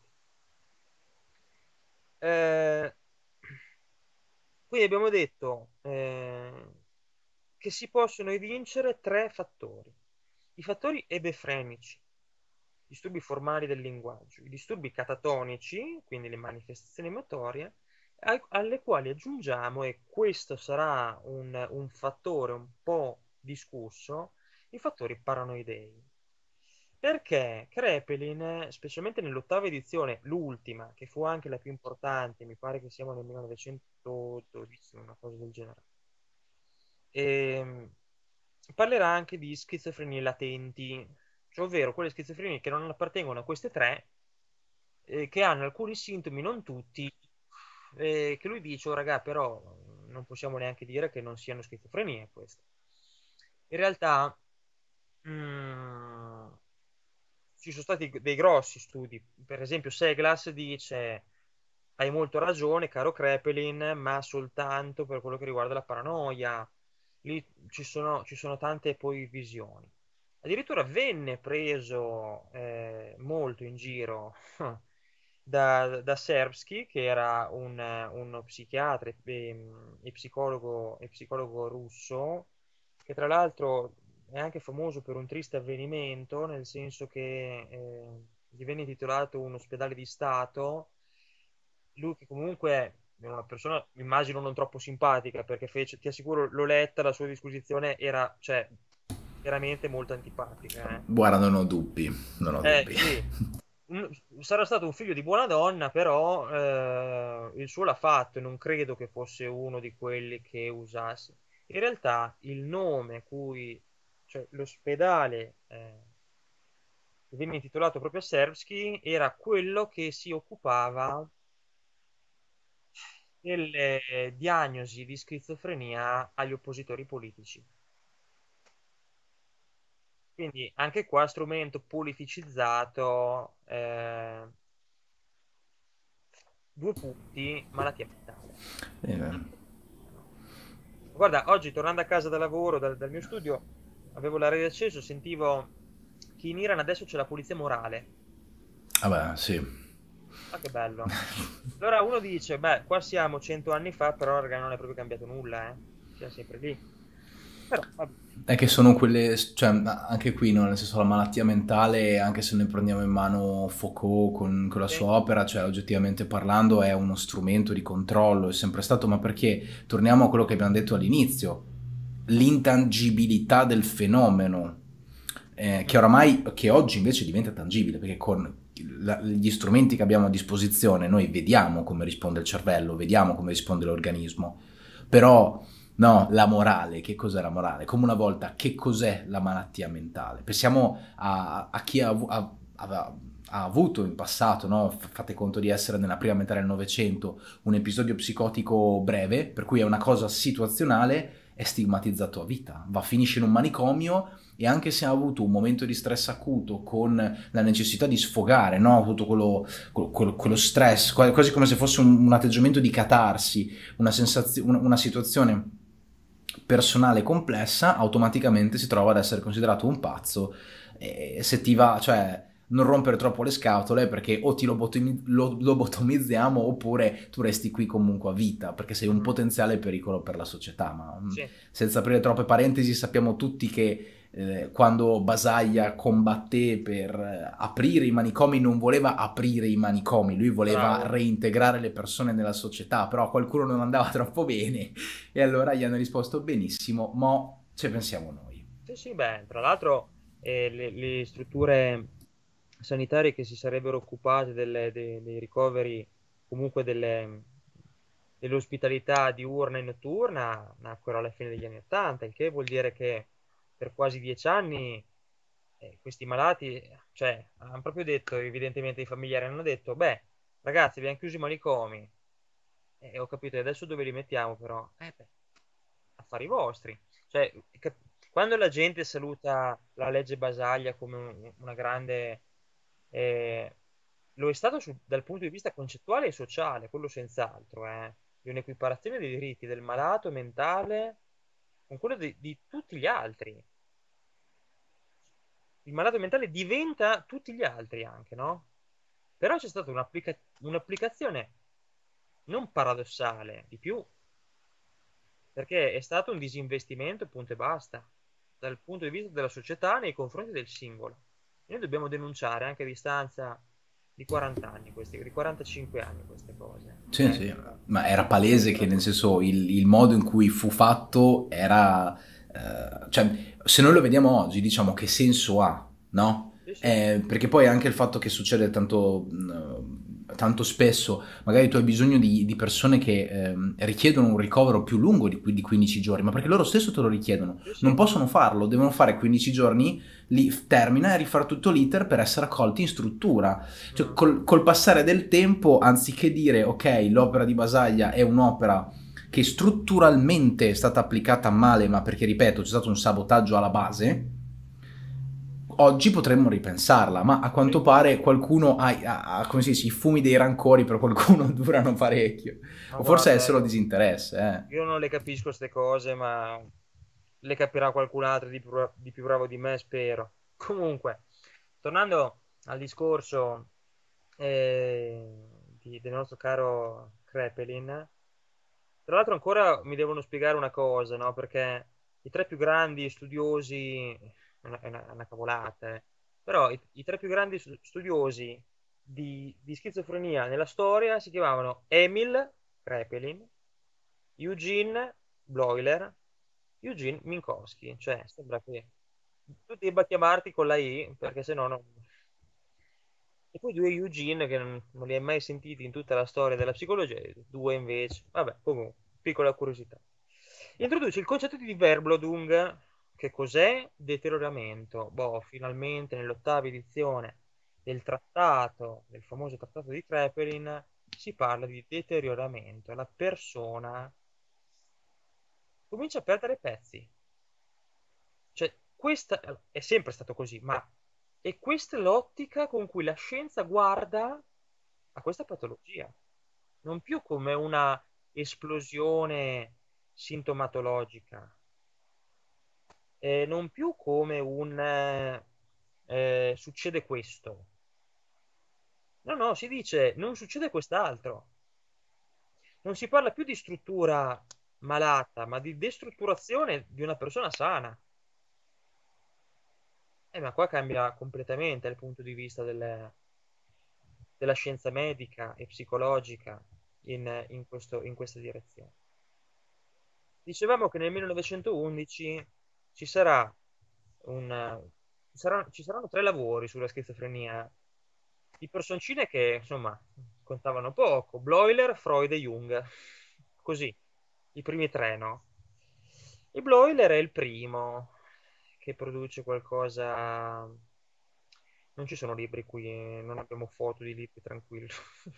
S2: Eh, quindi abbiamo detto eh, che si possono evincere tre fattori. I fattori ebefrenici, disturbi formali del linguaggio, i disturbi catatonici, quindi le manifestazioni motorie, ai- alle quali aggiungiamo, e questo sarà un, un fattore un po' discusso, i fattori paranoidei. Perché Crepelin, specialmente nell'ottava edizione, l'ultima, che fu anche la più importante, mi pare che siamo nel millenovecentododici, una cosa del genere, ehm, parlerà anche di schizofrenie latenti, cioè ovvero quelle schizofrenie che non appartengono a queste tre, eh, che hanno alcuni sintomi, non tutti, eh, che lui dice, oh raga, però non possiamo neanche dire che non siano schizofrenie queste. In realtà, mm, ci sono stati dei grossi studi, per esempio Seglas dice, hai molto ragione, caro Krepelin, ma soltanto per quello che riguarda la paranoia. Lì ci sono, ci sono tante poi visioni. Addirittura venne preso eh, molto in giro da, da Serbsky, che era un, uno psichiatra e, e psicologo, e psicologo russo, che tra l'altro è anche famoso per un triste avvenimento, nel senso che eh, gli venne intitolato un ospedale di Stato. Lui che comunque è una persona, immagino, non troppo simpatica, perché fece, ti assicuro, l'ho letta, la sua disquisizione era, cioè, veramente molto antipatica.
S1: Guarda, non ho dubbi, non ho
S2: Eh, Eh,
S1: dubbi.
S2: sì. Mm, sarà stato un figlio di buona donna, però eh, il suo l'ha fatto e non credo che fosse uno di quelli che usasse. In realtà il nome a cui, cioè l'ospedale eh, che venne intitolato proprio a Serbsky era quello che si occupava delle diagnosi di schizofrenia agli oppositori politici. Quindi anche qua strumento politicizzato, eh, due punti, malattia mentale.
S1: Eh,
S2: Guarda, oggi tornando a casa da lavoro, dal, dal mio studio, avevo l'aria acceso, sentivo che in Iran adesso c'è la polizia morale.
S1: vabbè, sì.
S2: Ah, che bello. Allora uno dice, beh, qua siamo cento anni fa, però raga, non è proprio cambiato nulla, eh. Siamo sempre lì. Però, vabbè.
S1: È che sono quelle, cioè anche qui, no? Nel senso la malattia mentale, anche se noi prendiamo in mano Foucault con, con la
S2: Sì.
S1: sua opera, cioè oggettivamente parlando è uno strumento di controllo, è sempre stato, ma perché torniamo a quello che abbiamo detto all'inizio, l'intangibilità del fenomeno, eh, che
S2: Mm.
S1: oramai, che oggi invece diventa tangibile, perché con la- gli strumenti che abbiamo a disposizione noi vediamo come risponde il cervello, vediamo come risponde l'organismo, però no, la morale, che cos'è la morale? Come una volta, che cos'è la malattia mentale? Pensiamo a, a chi ha, ha, ha, ha avuto in passato, no? Fate conto di essere nella prima metà del Novecento, un episodio psicotico breve, per cui è una cosa situazionale, è stigmatizzato a vita. Va, finisce in un manicomio e anche se ha avuto un momento di stress acuto con la necessità di sfogare, no? Ha avuto quello, quello, quello stress, quasi come se fosse un, un atteggiamento di catarsi, una, sensazio- una, una situazione personale complessa, automaticamente si trova ad essere considerato un pazzo. E se ti va, cioè, non rompere troppo le scatole perché o ti lobotomi- lo- lobotomizziamo oppure tu resti qui comunque a vita perché sei un
S2: Mhm.
S1: potenziale pericolo per la società. Ma mm,
S2: Sì,
S1: senza aprire troppe parentesi, sappiamo tutti che eh, quando Basaglia combatté per eh, aprire i manicomi non voleva aprire i manicomi, lui voleva
S2: bravo.
S1: reintegrare le persone nella società, però a qualcuno non andava troppo bene e allora gli hanno risposto benissimo, mo ci pensiamo noi.
S2: Sì, sì, beh, tra l'altro eh, le, le strutture sanitarie che si sarebbero occupate delle- dei, dei ricoveri, comunque delle, dell'ospitalità diurna e notturna, nacquero alla fine degli anni Ottanta, il che vuol dire che per quasi dieci anni eh, questi malati, cioè, hanno proprio detto, evidentemente i familiari hanno detto, beh, ragazzi, abbiamo chiuso i manicomi, e ho capito, e adesso dove li mettiamo però? Eh beh, affari vostri. Cioè, cap- quando la gente saluta la legge Basaglia come un- una grande... eh, lo è stato su- dal punto di vista concettuale e sociale, quello senz'altro, eh, di un'equiparazione dei diritti del malato mentale con quello di, di tutti gli altri. Il malato mentale diventa tutti gli altri anche, no? Però c'è stata un'applica- un'applicazione non paradossale, di più, perché è stato un disinvestimento, punto e basta, dal punto di vista della società nei confronti del singolo. E noi dobbiamo denunciare anche a distanza di quaranta anni, questi, di quarantacinque anni queste cose.
S1: Sì,
S2: Cioè,
S1: sì, ma era
S2: non
S1: palese che
S2: funziona
S1: nel
S2: così.
S1: senso il, il modo in cui fu fatto era, eh, cioè se noi lo vediamo oggi diciamo che senso ha, no?
S2: Sì, sì.
S1: Eh, perché poi anche il fatto che succede tanto, mh, tanto spesso, magari tu hai bisogno di, di persone che ehm, richiedono un ricovero più lungo di, di quindici giorni, ma perché loro stesso te lo richiedono,
S2: Sì,
S1: non
S2: sì.
S1: possono farlo, devono fare quindici giorni, li termina e rifare tutto l'iter per essere accolti in struttura. Cioè,
S2: Mm.
S1: col, col passare del tempo, anziché dire ok, l'opera di Basaglia è un'opera che strutturalmente è stata applicata male, ma perché, ripeto, c'è stato un sabotaggio alla base, oggi potremmo ripensarla, ma a quanto
S2: Sì.
S1: pare qualcuno ha, ha- ha- come si dice, i fumi dei rancori per qualcuno durano parecchio.
S2: Ma
S1: O forse è
S2: guarda,
S1: solo disinteresse, eh.
S2: io non le capisco queste cose, ma le capirà qualcun altro di più, bra- di più bravo di me, spero. Comunque, tornando al discorso eh, di- del nostro caro Krepelin, tra l'altro ancora mi devono spiegare una cosa, no? Perché i tre più grandi studiosi, è una, è una- è una cavolata, eh, però i, i tre più grandi stu- studiosi di, di schizofrenia nella storia si chiamavano Emil Krepelin, Eugene Bloiler, Eugene Minkowski, cioè sembra che tu debba chiamarti con la I, perché sennò non... E poi due Eugene che non, non li hai mai sentiti in tutta la storia della psicologia, due invece, vabbè, comunque, piccola curiosità. Introduce il concetto di Verblodung, che cos'è? Deterioramento. Boh, finalmente nell'ottava edizione del trattato, del famoso trattato di Treperin, si parla di deterioramento. La persona comincia a perdere pezzi. Cioè, questa è sempre stato così, ma è questa l'ottica con cui la scienza guarda a questa patologia. Non più come una esplosione sintomatologica, eh, non più come un eh, eh, succede questo. No, no, si dice non succede quest'altro. Non si parla più di struttura malata, ma di destrutturazione di una persona sana. Eh, ma qua cambia completamente il punto di vista delle- della scienza medica e psicologica in, in questo- in questa direzione. Dicevamo che nel millenovecentoundici ci sarà un, ci saranno, ci saranno tre lavori sulla schizofrenia di personcine che insomma contavano poco: Bloiler, Freud e Jung. Così, i primi tre, no? E Bloiler è il primo che produce qualcosa. Non ci sono libri qui, eh, non abbiamo foto di libri, tranquillo.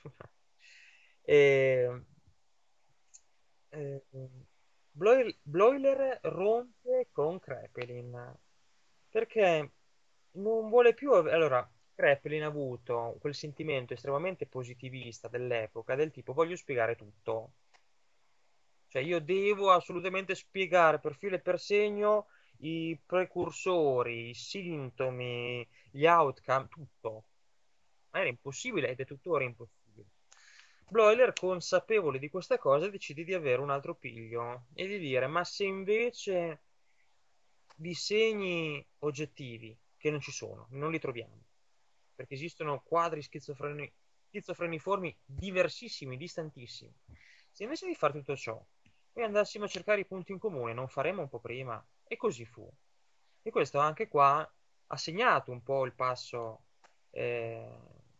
S2: E, eh, Bloil- Bloiler rompe con Crepelin perché non vuole più. ave- Allora, Crepelin ha avuto quel sentimento estremamente positivista dell'epoca, del tipo voglio spiegare tutto. Cioè, io devo assolutamente spiegare per filo e per segno i precursori, i sintomi, gli outcome, tutto. Ma era impossibile ed è tuttora impossibile. Broiler, consapevole di questa cosa, decide di avere un altro piglio e di dire: ma se invece di segni oggettivi, che non ci sono, non li troviamo, perché esistono quadri schizofreni, schizofreniformi diversissimi, distantissimi, se invece di fare tutto ciò poi andassimo a cercare i punti in comune, non faremmo un po' prima? E così fu. E questo anche qua ha segnato un po' il passo eh,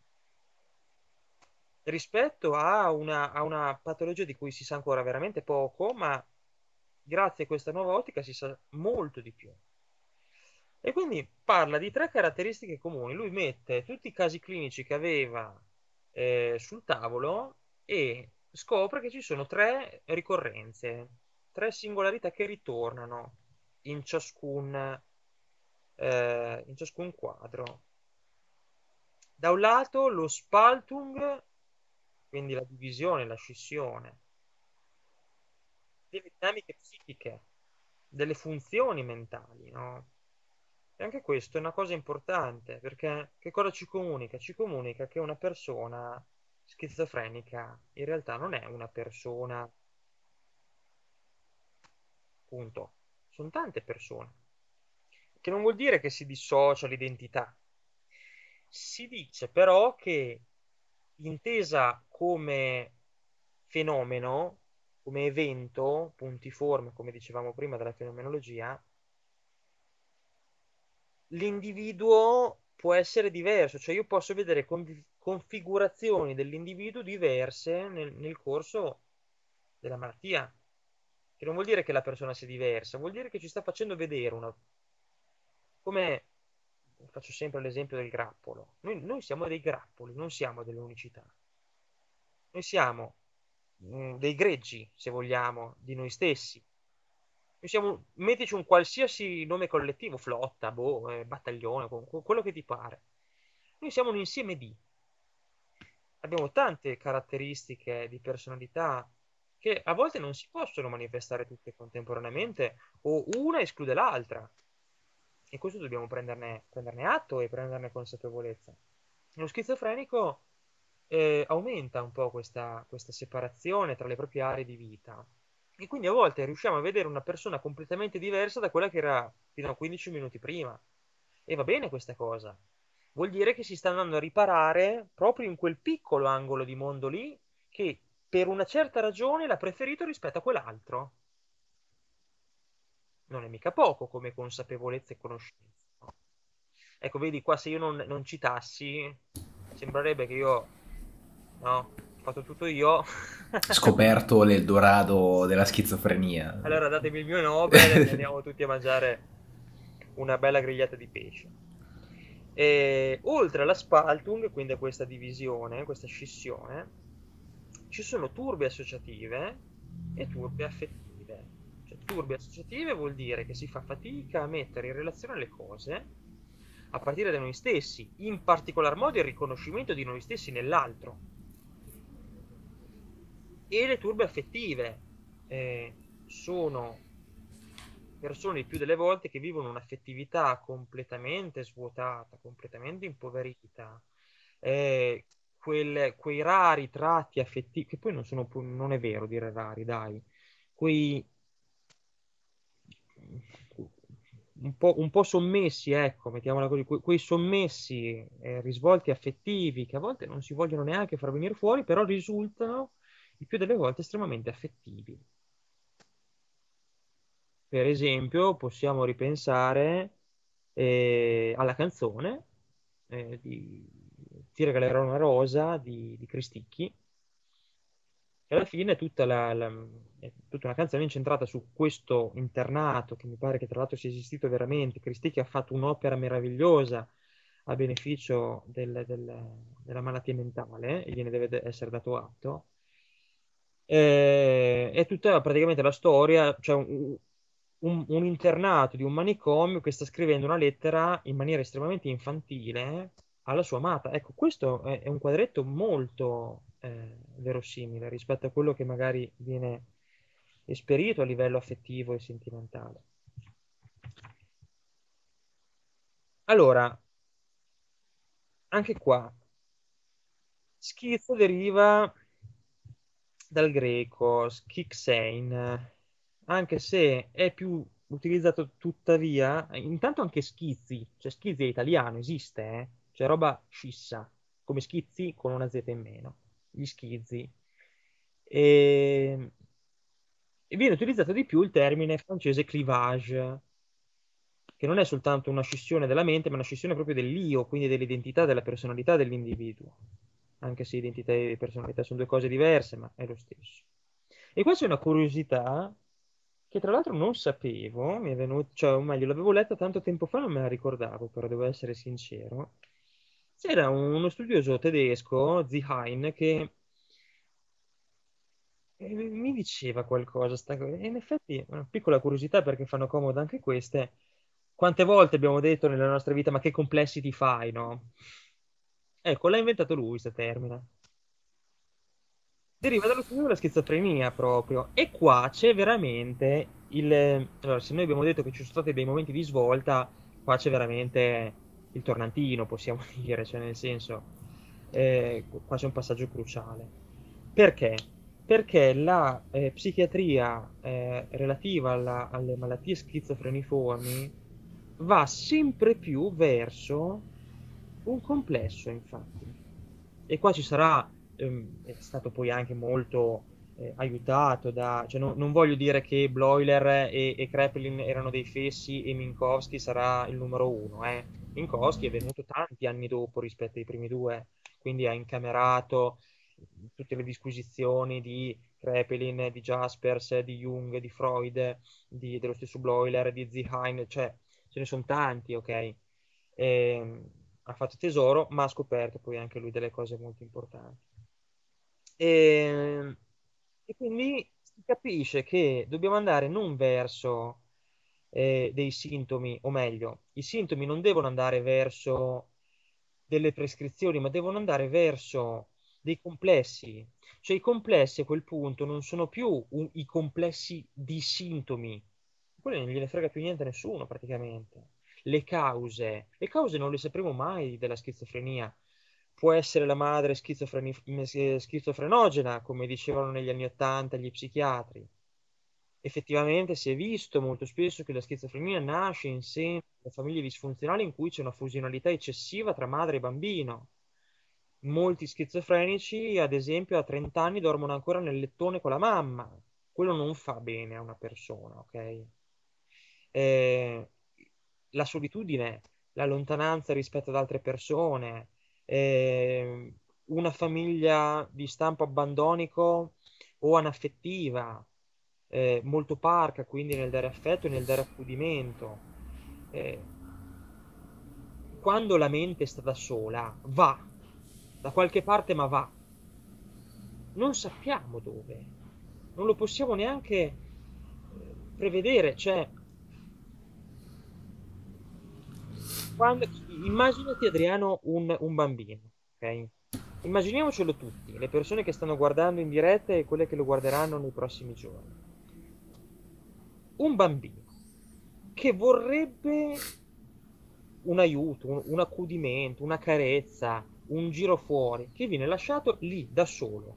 S2: rispetto a una, a una patologia di cui si sa ancora veramente poco, ma grazie a questa nuova ottica si sa molto di più. E quindi parla di tre caratteristiche comuni. Lui mette tutti i casi clinici che aveva eh, sul tavolo e scopre che ci sono tre ricorrenze, tre singolarità che ritornano in ciascun, eh, in ciascun quadro. Da un lato lo spaltung, quindi la divisione, la scissione, delle dinamiche psichiche, delle funzioni mentali, no? E anche questo è una cosa importante, perché che cosa ci comunica? Ci comunica che una persona schizofrenica in realtà non è una persona, punto. Sono tante persone. Che non vuol dire che si dissocia l'identità. Si dice però che intesa come fenomeno, come evento puntiforme, come dicevamo prima della fenomenologia, l'individuo può essere diverso, cioè io posso vedere con- configurazioni dell'individuo diverse nel, nel corso della malattia, che non vuol dire che la persona sia diversa, vuol dire che ci sta facendo vedere una... come faccio sempre l'esempio del grappolo. Noi, noi siamo dei grappoli, non siamo delle unicità. Noi siamo mh, dei greggi, se vogliamo, di noi stessi. Noi siamo, mettici un qualsiasi nome collettivo, flotta, boh, eh, battaglione, con- quello che ti pare. Noi siamo un insieme di. Abbiamo tante caratteristiche di personalità che a volte non si possono manifestare tutte contemporaneamente o una esclude l'altra. E questo dobbiamo prenderne, prenderne atto e prenderne consapevolezza. Lo schizofrenico eh, aumenta un po' questa, questa separazione tra le proprie aree di vita. E quindi a volte riusciamo a vedere una persona completamente diversa da quella che era fino a quindici minuti prima. E va bene questa cosa. Vuol dire che si sta andando a riparare proprio in quel piccolo angolo di mondo lì che per una certa ragione l'ha preferito rispetto a quell'altro. Non è mica poco come consapevolezza e conoscenza. No? Ecco, vedi qua, se io non, non citassi, sembrerebbe che io, no, ho fatto tutto io.
S1: Scoperto l'Eldorado della schizofrenia.
S2: Allora datemi il mio Nobel e andiamo tutti a mangiare una bella grigliata di pesce. E oltre alla spaltung, quindi a questa divisione, questa scissione, ci sono turbe associative e turbe affettive. Cioè, turbe associative vuol dire che si fa fatica a mettere in relazione le cose a partire da noi stessi, in particolar modo il riconoscimento di noi stessi nell'altro. E le turbe affettive eh, sono persone il più delle volte che vivono un'affettività completamente svuotata, completamente impoverita, eh, quel- quei rari tratti affettivi, che poi non sono, non è vero dire rari, dai, quei un po', un po' sommessi, ecco, mettiamola così, que- quei sommessi eh, risvolti affettivi che a volte non si vogliono neanche far venire fuori, però risultano il più delle volte estremamente affettivi. Per esempio, possiamo ripensare eh, alla canzone eh, di Ti regalerò una rosa di, di Cristicchi, che alla fine è tutta, la, la- è tutta una canzone incentrata su questo internato, che mi pare che tra l'altro sia esistito veramente. Cristicchi ha fatto un'opera meravigliosa a beneficio del- del- della malattia mentale, e gliene deve essere dato atto. Eh, è tutta praticamente la storia, cioè un, un- un internato di un manicomio che sta scrivendo una lettera in maniera estremamente infantile alla sua amata. Ecco, questo è, è un quadretto molto eh, verosimile rispetto a quello che magari viene esperito a livello affettivo e sentimentale. Allora, anche qua, schizzo deriva dal greco schixein, anche se è più utilizzato tuttavia, intanto anche schizzi, cioè schizzi è italiano, esiste, eh? Cioè roba scissa, come schizzi con una Z in meno, gli schizzi. E, e viene utilizzato di più il termine francese clivage, che non è soltanto una scissione della mente, ma una scissione proprio dell'io, quindi dell'identità, della personalità dell'individuo. Anche se identità e personalità sono due cose diverse, ma è lo stesso. E qua c'è una curiosità che tra l'altro non sapevo, mi è venuto, cioè, o meglio, l'avevo letta tanto tempo fa, non me la ricordavo, però devo essere sincero. C'era uno studioso tedesco, Zihein, che eh, mi diceva qualcosa, sta co- e in effetti una piccola curiosità perché fanno comodo anche queste. Quante volte abbiamo detto nella nostra vita, ma che complessi ti fai, no? Ecco, l'ha inventato lui, questo termine. Deriva dallo studio della schizofrenia proprio. E qua c'è veramente il... Allora, se noi abbiamo detto che ci sono stati dei momenti di svolta, qua c'è veramente il tornantino, possiamo dire, cioè nel senso, eh, qua c'è un passaggio cruciale. Perché? Perché la eh, psichiatria eh, relativa alla- alle malattie schizofreniformi va sempre più verso un complesso, infatti. E qua ci sarà, ehm, è stato poi anche molto eh, aiutato da, cioè non, non voglio dire che Bloiler e, e Kraepelin erano dei fessi e Minkowski sarà il numero uno, eh. Minkowski è venuto tanti anni dopo rispetto ai primi due, quindi ha incamerato tutte le disquisizioni di Kraepelin, di Jaspers, di Jung, di Freud, di- dello stesso Bloiler, di Zihein, cioè ce ne sono tanti, ok? E, ha fatto tesoro, ma ha scoperto poi anche lui delle cose molto importanti. E, e quindi si capisce che dobbiamo andare non verso eh, dei sintomi, o meglio, i sintomi non devono andare verso delle prescrizioni, ma devono andare verso dei complessi. Cioè i complessi a quel punto non sono più un- i complessi di sintomi, quelli non gliene frega più niente a nessuno praticamente. Le cause, le cause non le sapremo mai della schizofrenia. Può essere la madre schizofreni- eh, schizofrenogena, come dicevano negli anni ottanta gli psichiatri. Effettivamente si è visto molto spesso che la schizofrenia nasce in seno a famiglie disfunzionali in cui c'è una fusionalità eccessiva tra madre e bambino. Molti schizofrenici, ad esempio, a trenta anni dormono ancora nel lettone con la mamma. Quello non fa bene a una persona, ok? Eh, la solitudine, la lontananza rispetto ad altre persone, eh, una famiglia di stampo abbandonico o anaffettiva, eh, molto parca, quindi nel dare affetto e nel dare accudimento. Eh, quando la mente sta da sola, va, da qualche parte, ma va. Non sappiamo dove, non lo possiamo neanche eh, prevedere. Cioè, quando, immaginati Adriano un, un bambino, ok? Immaginiamocelo tutti, le persone che stanno guardando in diretta e quelle che lo guarderanno nei prossimi giorni. Un bambino che vorrebbe un aiuto, un, un accudimento, una carezza, un giro fuori, che viene lasciato lì da solo.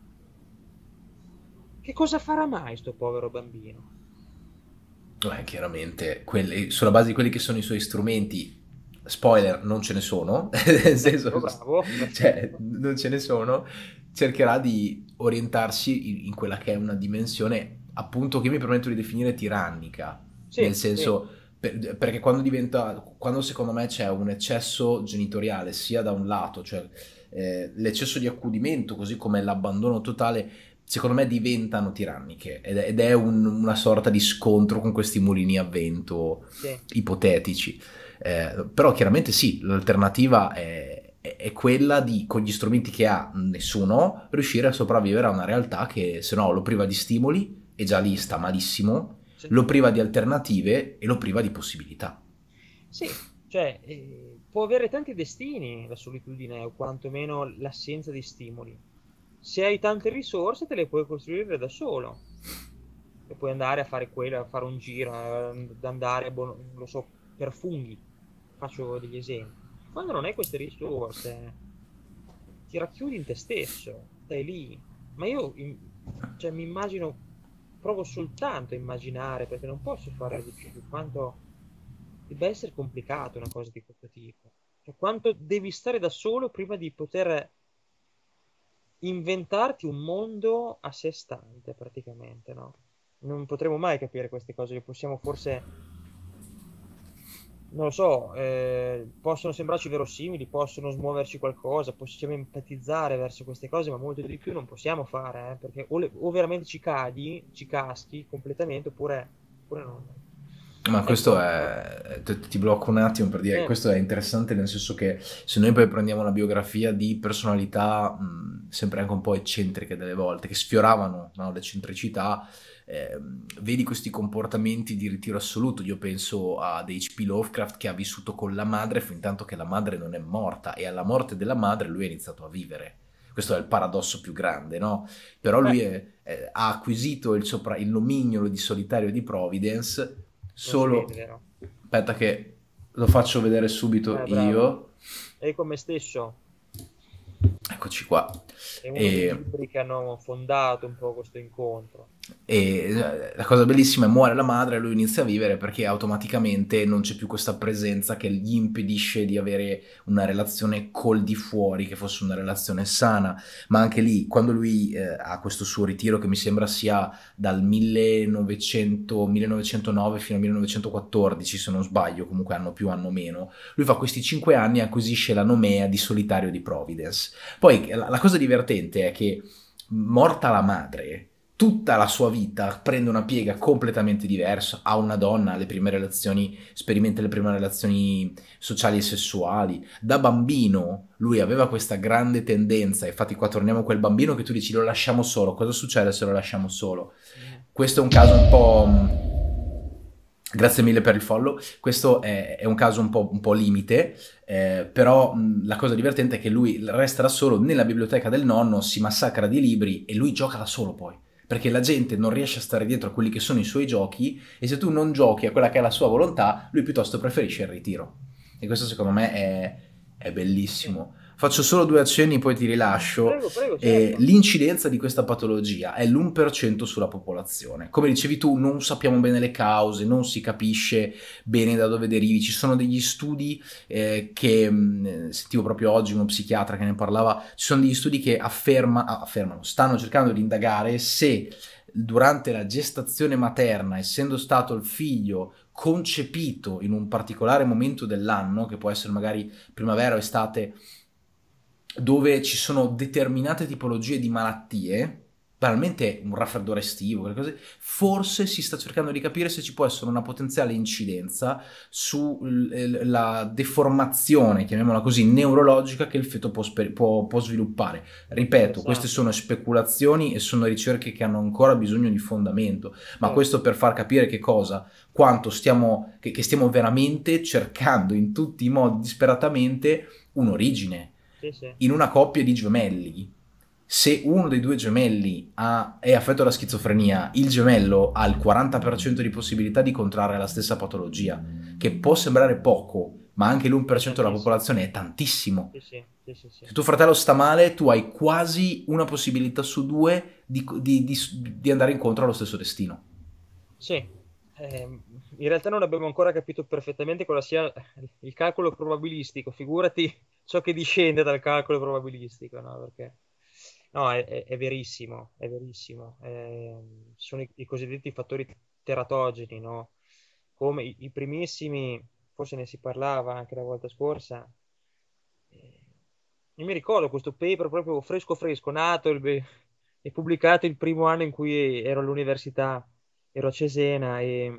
S2: Che cosa farà mai sto povero bambino?
S1: Beh, chiaramente, quelli- sulla base di quelli che sono i suoi strumenti, spoiler, non ce ne sono, nel senso,
S2: Ecco, bravo,
S1: cioè,
S2: perfetto.
S1: non ce ne sono, cercherà di orientarsi in, in quella che è una dimensione, appunto, che mi permetto di definire tirannica, nel
S2: Sì, sì,
S1: senso, per- perché quando diventa, quando secondo me c'è un eccesso genitoriale, sia da un lato, cioè eh, l'eccesso di accudimento, così come l'abbandono totale, secondo me diventano tiranniche ed è, ed è un- una sorta di scontro con questi mulini a vento
S2: sì.
S1: ipotetici. Eh, però chiaramente sì, l'alternativa è, è- è quella di, con gli strumenti che ha nessuno, riuscire a sopravvivere a una realtà che se no lo priva di stimoli e già lì sta malissimo,
S2: Sì.
S1: lo priva di alternative e lo priva di possibilità.
S2: Sì, cioè, eh, può avere tanti destini la solitudine, o quantomeno l'assenza di stimoli. Se hai tante risorse, te le puoi costruire da solo. E puoi andare a fare quello, a fare un giro, ad andare, boh, non lo so, per funghi. faccio degli esempi. Quando non hai queste risorse, ti racchiudi in te stesso, stai lì. Ma io in- cioè, mi immagino, provo soltanto a immaginare, perché non posso fare di più, quanto debba essere complicato una cosa di questo tipo. Cioè, quanto devi stare da solo prima di poter inventarti un mondo a sé stante, praticamente, no? Non potremo mai capire queste cose, le possiamo forse, non lo so, eh, possono sembrarci verosimili, possono smuoverci qualcosa, possiamo empatizzare verso queste cose, ma molto di più non possiamo fare, eh, perché o, le- o veramente ci cadi, ci caschi completamente, oppure, oppure non.
S1: Ma questo
S2: Ecco,
S1: è, ti ti blocco un attimo per dire che
S2: eh,
S1: questo è interessante nel senso che se noi poi prendiamo la biografia di personalità mh, sempre anche un po' eccentriche delle volte, che sfioravano, no, l'eccentricità, ehm, vedi questi comportamenti di ritiro assoluto. Io penso ad H P Lovecraft che ha vissuto con la madre fin tanto che la madre non è morta e alla morte della madre lui ha iniziato a vivere. Questo è il paradosso più grande, no? Però
S2: beh,
S1: lui è- è- ha acquisito il, sopra- il nomignolo di solitario di Providence
S2: non si
S1: solo.
S2: vede, vero?
S1: Aspetta che lo faccio vedere subito
S2: Eh, bravo.
S1: io.
S2: E con me stesso.
S1: Eccoci qua.
S2: È uno dei
S1: E
S2: libri che hanno fondato un po' questo incontro.
S1: E eh, la cosa bellissima è muore la madre e lui inizia a vivere perché automaticamente non c'è più questa presenza che gli impedisce di avere una relazione col di fuori, che fosse una relazione sana. Ma anche lì, quando lui eh, ha questo suo ritiro che mi sembra sia dal millenovecento, millenovecentonove fino al millenovecentoquattordici, se non sbaglio, comunque anno più, anno meno, lui fa questi cinque anni e acquisisce la nomea di solitario di Providence. Poi la, la cosa divertente è che morta la madre, tutta la sua vita prende una piega completamente diversa, ha una donna, le prime relazioni, sperimenta le prime relazioni sociali e sessuali. Da bambino lui aveva questa grande tendenza, infatti qua torniamo a quel bambino che tu dici lo lasciamo solo, cosa succede se lo lasciamo solo?
S2: Mhm.
S1: Questo è un caso un po'. Grazie mille per il follow. Questo è, è un caso un po', un po' limite, eh, però mh, la cosa divertente è che lui resta da solo nella biblioteca del nonno, si massacra di libri e lui gioca da solo poi. Perché la gente non riesce a stare dietro a quelli che sono i suoi giochi e se tu non giochi a quella che è la sua volontà, lui piuttosto preferisce il ritiro. E questo secondo me è, è
S2: Sì.
S1: bellissimo. Faccio solo due accenni, poi ti rilascio.
S2: Prego, prego,
S1: Eh,
S2: certo.
S1: l'incidenza di questa patologia è l'uno per cento sulla popolazione. Come dicevi tu, non sappiamo bene le cause, non si capisce bene da dove derivi. Ci sono degli studi eh, che mh, sentivo proprio oggi uno psichiatra che ne parlava. Ci sono degli studi che afferma, ah, affermano, stanno cercando di indagare se durante la gestazione materna, essendo stato il figlio concepito in un particolare momento dell'anno, che può essere magari primavera o estate, dove ci sono determinate tipologie di malattie, banalmente un raffreddore estivo, qualcosa, forse si sta cercando di capire se ci può essere una potenziale incidenza sulla deformazione, chiamiamola così, neurologica che il feto può, sper- può, può sviluppare. Ripeto, queste
S2: Interessante.
S1: sono speculazioni e sono ricerche che hanno ancora bisogno di fondamento, ma
S2: Certo.
S1: questo per far capire che cosa? Quanto stiamo, che, che stiamo veramente cercando in tutti i modi disperatamente un'origine
S2: Sì, sì.
S1: in una coppia di gemelli. Se uno dei due gemelli ha, è affetto da schizofrenia, il gemello ha il quaranta per cento di possibilità di contrarre la stessa patologia, che può sembrare poco, ma anche l'uno per
S2: È
S1: cento della
S2: tantissimo.
S1: popolazione è tantissimo.
S2: Sì, sì, sì, sì, sì.
S1: Se tuo fratello sta male, tu hai quasi una possibilità su due di, di, di, di andare incontro allo stesso destino.
S2: Sì. Ehm, in realtà non abbiamo ancora capito perfettamente cosa sia il calcolo probabilistico, figurati ciò che discende dal calcolo probabilistico, no? Perché no, è, è- è verissimo, è verissimo. Ehm, ci sono i, i cosiddetti fattori teratogeni, no? Come i, i primissimi, forse ne si parlava anche la volta scorsa. eh, Io mi ricordo questo paper proprio fresco fresco, nato il- e pubblicato il primo anno in cui ero all'università, ero a Cesena e,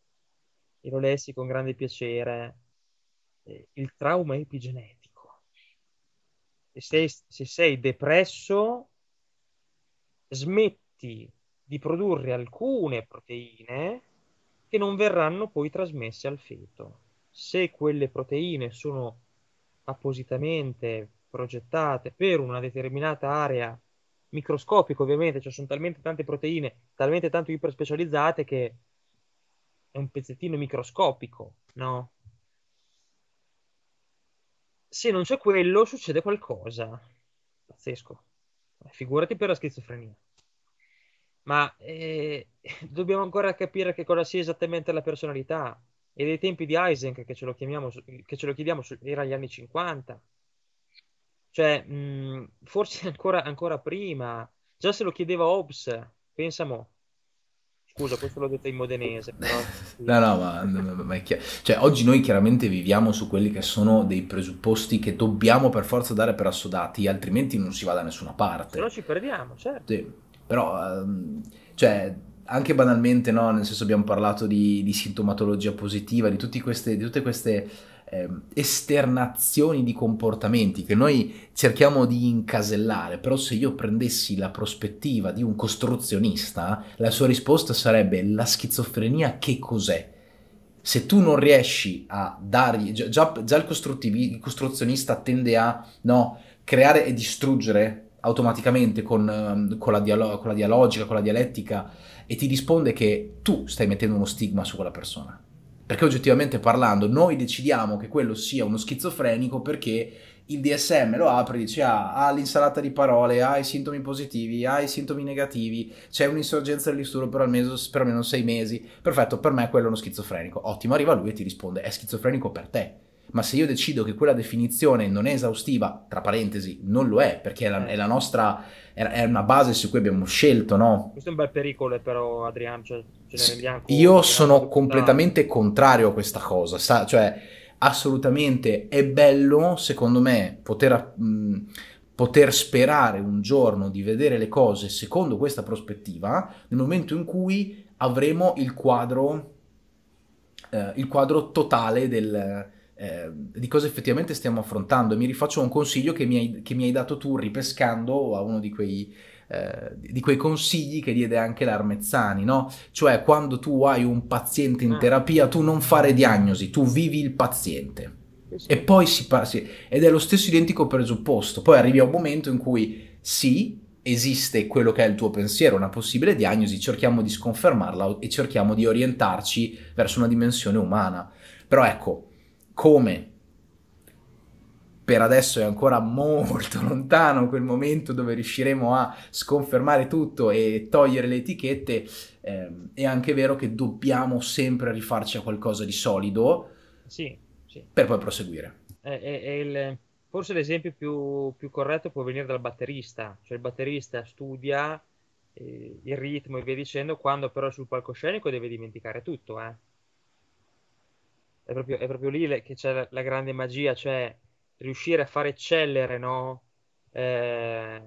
S2: e lo lessi con grande piacere. Eh, Il trauma epigenetico. Se sei, se sei depresso, smetti di produrre alcune proteine che non verranno poi trasmesse al feto. Se quelle proteine sono appositamente progettate per una determinata area microscopica, ovviamente, cioè sono talmente tante proteine, talmente tanto iperspecializzate che è un pezzettino microscopico, no? se non c'è quello, succede qualcosa. Pazzesco. Figurati per la schizofrenia. Ma eh, dobbiamo ancora capire che cosa sia esattamente la personalità. E dei tempi di Eysenck, che ce lo chiamiamo, su- che ce lo chiediamo, su- era gli anni cinquanta. Cioè, mh, forse ancora, ancora prima. Già se lo chiedeva Hobbes, pensa mo. Scusa, questo l'ho detto in modenese, però...
S1: No, no, ma, ma- ma è chiaro. Cioè, oggi noi chiaramente viviamo su quelli che sono dei presupposti che dobbiamo per forza dare per assodati, altrimenti non si va da nessuna
S2: Se no
S1: parte.
S2: ci perdiamo, certo.
S1: Sì, però, ehm, cioè, anche banalmente, no? Nel senso abbiamo parlato di, di sintomatologia positiva, di, tutti queste, di tutte queste ehm, esternazioni di comportamenti che noi cerchiamo di incasellare, però se io prendessi la prospettiva di un costruzionista, la sua risposta sarebbe: la schizofrenia che cos'è? Se tu non riesci a dargli, già, già già il, costruttivi- il costruzionista tende a, no, creare e distruggere automaticamente con, ehm, con la dialo- con la dialogica, con la dialettica, e ti risponde che tu stai mettendo uno stigma su quella persona. Perché oggettivamente parlando, noi decidiamo che quello sia uno schizofrenico perché il D S M lo apre e dice: ah, ha l'insalata di parole, ha i sintomi positivi, ha i sintomi negativi, c'è un'insorgenza del disturbo per almeno, per almeno sei mesi. Perfetto, per me quello è uno schizofrenico. Ottimo, arriva lui e ti risponde: è schizofrenico per te. Ma se io decido che quella definizione non è esaustiva, tra parentesi, non lo è, perché è la, è
S2: Eh,
S1: la nostra, è una base su cui abbiamo scelto, no?
S2: questo è un bel pericolo, però, Adriano, cioè, ce ne rendiamo
S1: Io
S2: conto, che nella
S1: sono
S2: società...
S1: completamente contrario a questa cosa, sa? Cioè, assolutamente è bello, secondo me, poter, mh, poter sperare un giorno di vedere le cose secondo questa prospettiva, nel momento in cui avremo il quadro, eh, il quadro totale del, eh, di cosa effettivamente stiamo affrontando. E mi rifaccio a un consiglio che mi hai, che mi hai dato tu ripescando a uno di quei, eh, di quei consigli che diede anche l'Armezzani, no? Cioè, quando tu hai un paziente in
S2: Ah,
S1: terapia, tu non fare diagnosi, tu vivi il paziente.
S2: sì,
S1: E
S2: sì.
S1: poi si passi, ed è lo stesso identico presupposto. Poi arrivi a un momento in cui sì, esiste quello che è il tuo pensiero, una possibile diagnosi, cerchiamo di sconfermarla e cerchiamo di orientarci verso una dimensione umana. Però ecco, come per adesso è ancora molto lontano quel momento dove riusciremo a sconfermare tutto e togliere le etichette, ehm, è anche vero che dobbiamo sempre rifarci a qualcosa di solido
S2: Sì, sì.
S1: per poi proseguire.
S2: È- è- è il- forse l'esempio più, più corretto può venire dal batterista, cioè il batterista studia eh, il ritmo e via dicendo, quando però è sul palcoscenico deve dimenticare tutto, eh. È proprio, è proprio lì le- che c'è la, la grande magia, cioè riuscire a far eccellere, no? Eh,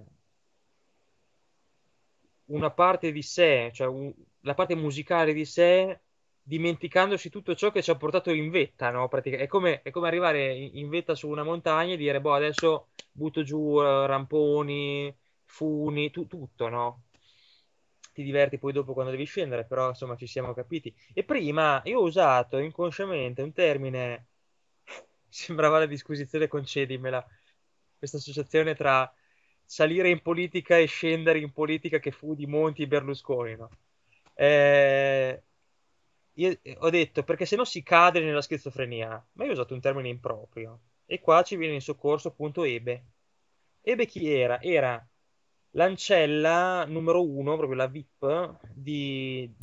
S2: una parte di sé, cioè un- la parte musicale di sé, dimenticandosi tutto ciò che ci ha portato in vetta, no? Pratica- è come, è come arrivare in, in vetta su una montagna e dire, boh, adesso butto giù eh, ramponi, funi, tu- tutto, no? Ti diverti poi dopo quando devi scendere, però insomma ci siamo capiti. E prima io ho usato inconsciamente un termine, sembrava la disquisizione, concedimela, questa associazione tra salire in politica e scendere in politica che fu di Monti e Berlusconi, no? Eh, io ho detto perché se no si cade nella schizofrenia, ma io ho usato un termine improprio. E qua ci viene in soccorso appunto Ebe. Ebe chi era? Era l'ancella numero uno, proprio la V I P di,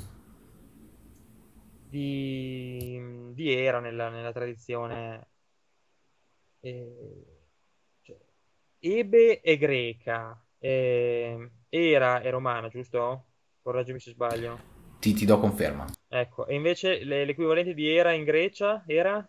S2: di, di Era nella, nella tradizione. eh, cioè, Ebe è greca, eh, Era è romana, giusto? Correggimi se sbaglio.
S1: Ti, ti do conferma.
S2: Ecco, e invece le- l'equivalente di Era in Grecia era?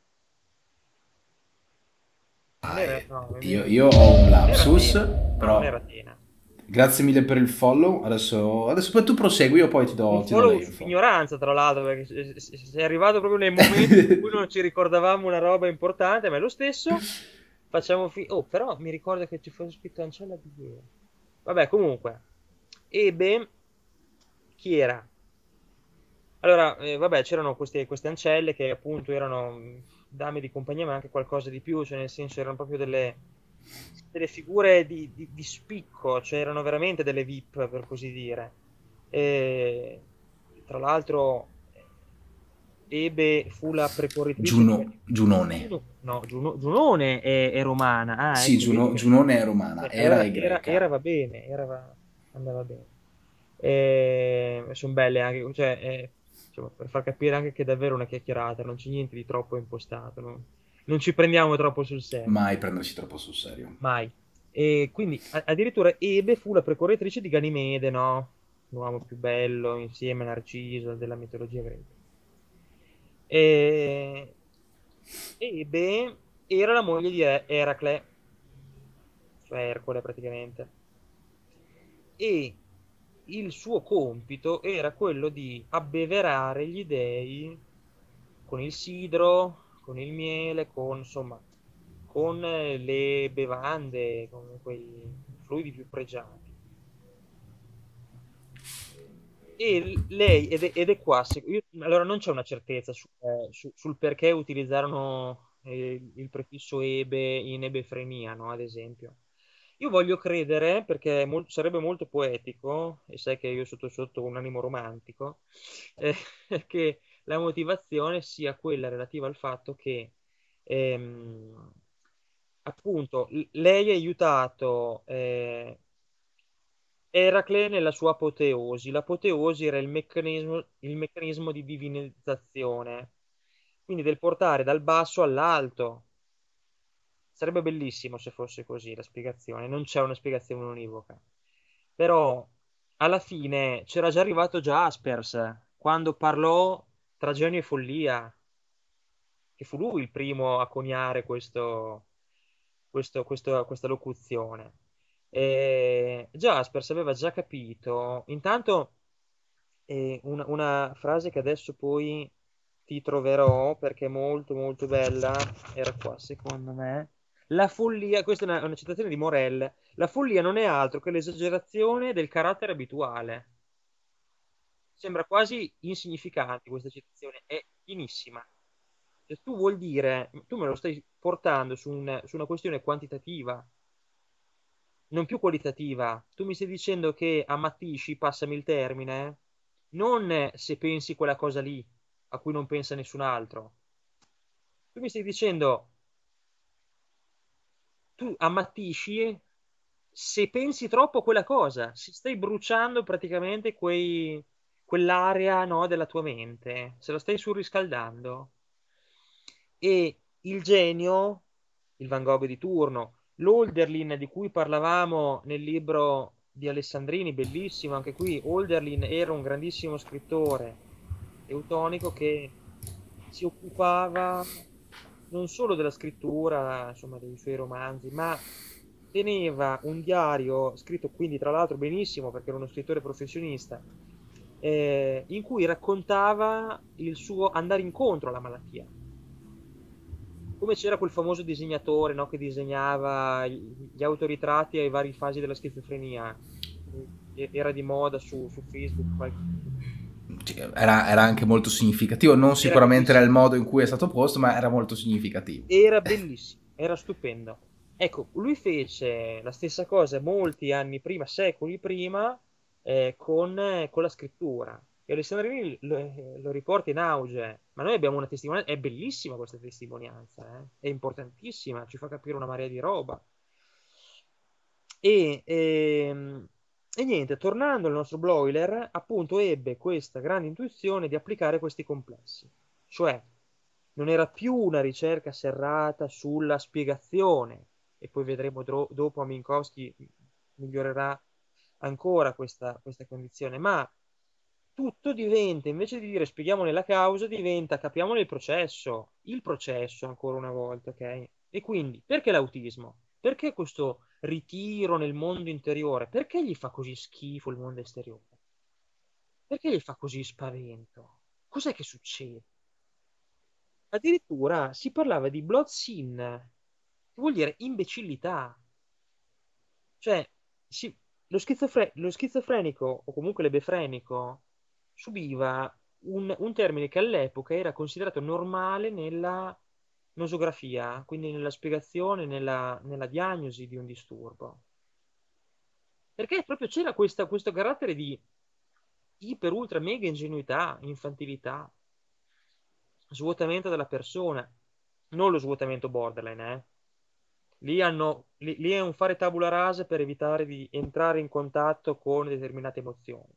S2: Non
S1: Ah,
S2: era,
S1: eh,
S2: no,
S1: io,
S2: mi-
S1: io ho un
S2: non era
S1: lapsus,
S2: Atene. No, non
S1: però
S2: era Atene.
S1: grazie mille per il follow. Adesso, adesso poi tu prosegui, io poi ti
S2: Un
S1: do, ti do le
S2: follow su
S1: info.
S2: ignoranza, tra l'altro, perché se- se- sei arrivato proprio nel momento in cui non ci ricordavamo una roba importante, ma è lo stesso. Facciamo fi- Oh, però mi ricordo che ci fosse scritto Ancella di ieri. Vabbè, comunque. Ebe, chi era? Allora, eh, vabbè, c'erano queste, queste ancelle che appunto erano mh, dame di compagnia, ma anche qualcosa di più, cioè nel senso erano proprio delle, delle figure di, di- di spicco, cioè erano veramente delle V I P, per così dire. E, tra l'altro, Ebe fu la precorritrice di
S1: Giuno,
S2: Ganimede.
S1: Giunone.
S2: Giuno- No, Giuno- Giunone è, è romana. Ah,
S1: Sì,
S2: ecco, vedi
S1: Giuno-
S2: che...
S1: Giunone è romana,
S2: eh,
S1: Era
S2: allora
S1: è
S2: era, era
S1: greca.
S2: va bene, era va- andava bene. E sono belle anche, cioè, eh, insomma, per far capire anche che è davvero una chiacchierata, non c'è niente di troppo impostato, no? Non ci prendiamo troppo sul serio,
S1: Mai prendersi troppo sul serio.
S2: mai. E quindi a- addirittura Ebe fu la precorritrice di Ganimede, no? L'uomo più bello insieme a Narciso della mitologia greca. E Ebe era la moglie di E- Eracle, cioè Ercole praticamente. E il suo compito era quello di abbeverare gli dei con il sidro, con il miele, con insomma, con eh, le bevande, con quei fluidi più pregiati. E l- lei, ed è, ed è qua, se- io- allora non c'è una certezza su- eh, su- sul perché utilizzarono eh, il prefisso ebe in ebefrenia, no? Ad esempio. Io voglio credere, perché mol- sarebbe molto poetico, e sai che io sotto sotto ho un animo romantico, eh, che la motivazione sia quella relativa al fatto che ehm, appunto l- lei ha aiutato eh, Eracle nella sua apoteosi. L'apoteosi era il meccanismo, il meccanismo di divinizzazione, quindi del portare dal basso all'alto. Sarebbe bellissimo se fosse così la spiegazione, non c'è una spiegazione univoca. Però alla fine c'era già arrivato Jaspers quando parlò tra genio e follia, che fu lui il primo a coniare questo, questo- questo- questa locuzione. E Jaspers aveva già capito, intanto eh, una, una frase che adesso poi ti troverò perché è molto molto bella, era qua secondo me. La follia, questa è una, una citazione di Morel, la follia non è altro che l'esagerazione del carattere abituale. Sembra quasi insignificante questa citazione, è pienissima. Se tu vuol dire, tu me lo stai portando su, un- su una questione quantitativa, non più qualitativa. Tu mi stai dicendo che ammattisci, passami il termine, non se pensi quella cosa lì, a cui non pensa nessun altro. Tu mi stai dicendo, tu ammattisci se pensi troppo a quella cosa, se stai bruciando praticamente quei, quell'area, no, della tua mente, se la stai surriscaldando. E il genio, il Van Gogh di turno, l'Olderlin di cui parlavamo nel libro di Alessandrini, bellissimo, anche qui Olderlin era un grandissimo scrittore teutonico che si occupava non solo della scrittura, insomma, dei suoi romanzi, ma teneva un diario scritto quindi tra l'altro benissimo perché era uno scrittore professionista, eh, in cui raccontava il suo andare incontro alla malattia. Come c'era quel famoso disegnatore, no, che disegnava gli gli autoritratti ai vari fasi della schizofrenia. E- Era di moda su, su Facebook. qualche-
S1: Era, era anche molto significativo, non
S2: Era
S1: sicuramente era il
S2: bellissimo.
S1: modo in cui è stato posto, ma era molto significativo.
S2: Era bellissimo, era stupendo. Ecco, lui fece la stessa cosa molti anni prima, secoli prima, eh, con, eh, con la scrittura. E Alessandrini lo, eh, lo riporta in auge, ma noi abbiamo una testimonianza, è bellissima questa testimonianza, eh? È importantissima, ci fa capire una marea di roba. E, ehm, e niente, tornando al nostro broiler, appunto ebbe questa grande intuizione di applicare questi complessi. Cioè, non era più una ricerca serrata sulla spiegazione, e poi vedremo dro- dopo a Minkowski migliorerà ancora questa, questa condizione, ma tutto diventa, invece di dire spieghiamone la causa, diventa capiamone il processo, il processo ancora una volta, ok? E quindi, perché l'autismo? Perché questo ritiro nel mondo interiore? Perché gli fa così schifo il mondo esteriore? Perché gli fa così spavento? Cos'è che succede? Addirittura si parlava di blood sin, che vuol dire imbecillità. Cioè, si- lo, schizofre- lo schizofrenico, o comunque l'ebefrenico, subiva un, un termine che all'epoca era considerato normale nella nosografia, quindi nella spiegazione, nella, nella diagnosi di un disturbo. Perché proprio c'era questa- questo carattere di iper, ultra, mega ingenuità, infantilità. svuotamento della persona, non lo svuotamento borderline, eh. Lì, hanno, lì, lì è un fare tabula rasa per evitare di entrare in contatto con determinate emozioni.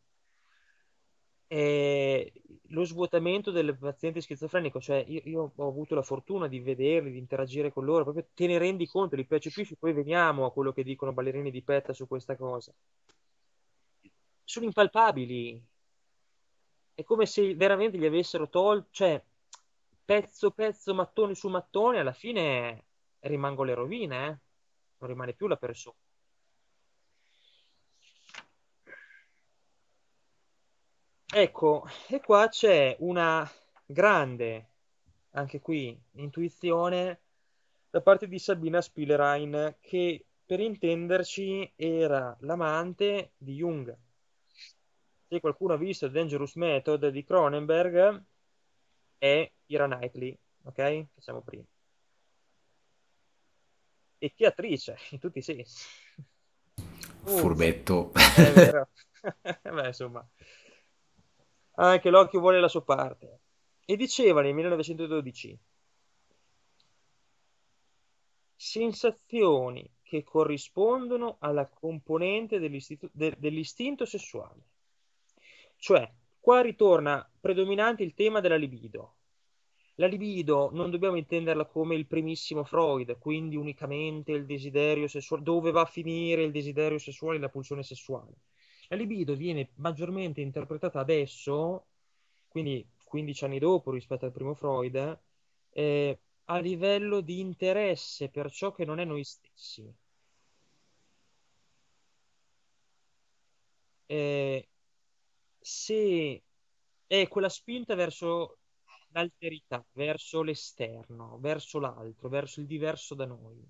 S2: E lo svuotamento del paziente schizofrenico, cioè io, io ho avuto la fortuna di vederli, di interagire con loro, proprio te ne rendi conto, li percepisci, poi veniamo a quello che dicono ballerini di petta su questa cosa. Sono impalpabili, è come se veramente gli avessero tolto, cioè pezzo pezzo, mattone su mattone, alla fine rimangono le rovine, eh? Non rimane più la persona. Ecco, e qua c'è una grande, anche qui, intuizione da parte di Sabina Spielrein, che per intenderci era l'amante di Jung. Se qualcuno ha visto Dangerous Method di Cronenberg, è Ira Knightley, ok? Facciamo prima. E che attrice, in tutti i sensi. Comunque,
S1: Furbetto.
S2: è vero. Beh, insomma, anche l'occhio vuole la sua parte. E diceva nel millenovecentododici, sensazioni che corrispondono alla componente dell'istinto, de- dell'istinto sessuale. Cioè, qua ritorna predominante il tema della libido. La libido non dobbiamo intenderla come il primissimo Freud, quindi unicamente il desiderio sessuale, dove va a finire il desiderio sessuale e la pulsione sessuale. La libido viene maggiormente interpretata adesso, quindi quindici anni dopo rispetto al primo Freud, eh, a livello di interesse per ciò che non è noi stessi. Eh, se è quella spinta verso l'alterità, verso l'esterno, verso l'altro, verso il diverso da noi.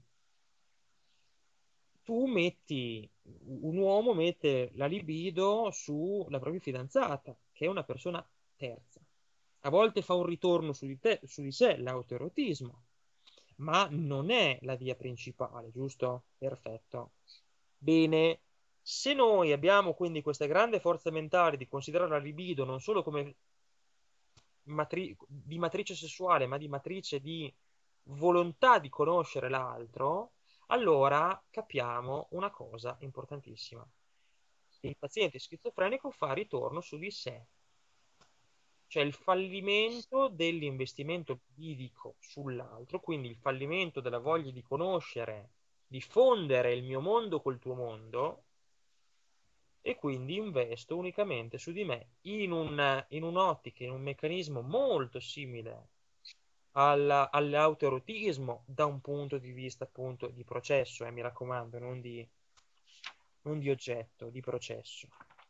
S2: Tu metti, un uomo mette la libido sulla propria fidanzata, che è una persona terza. A volte fa un ritorno su di te, su di sé, l'autoerotismo, ma non è la via principale, giusto? Perfetto. Bene, se noi abbiamo quindi questa grande forza mentale di considerare la libido non solo come matri- di matrice sessuale, ma di matrice di volontà di conoscere l'altro, allora capiamo una cosa importantissima. Il paziente schizofrenico fa ritorno su di sé, cioè il fallimento dell'investimento libidico sull'altro, quindi il fallimento della voglia di conoscere, di fondere il mio mondo col tuo mondo, e quindi investo unicamente su di me in, un, in un'ottica, in un meccanismo molto simile alla- all'autoerotismo da un punto di vista appunto di processo, eh, mi raccomando, non di, non di oggetto, di processo.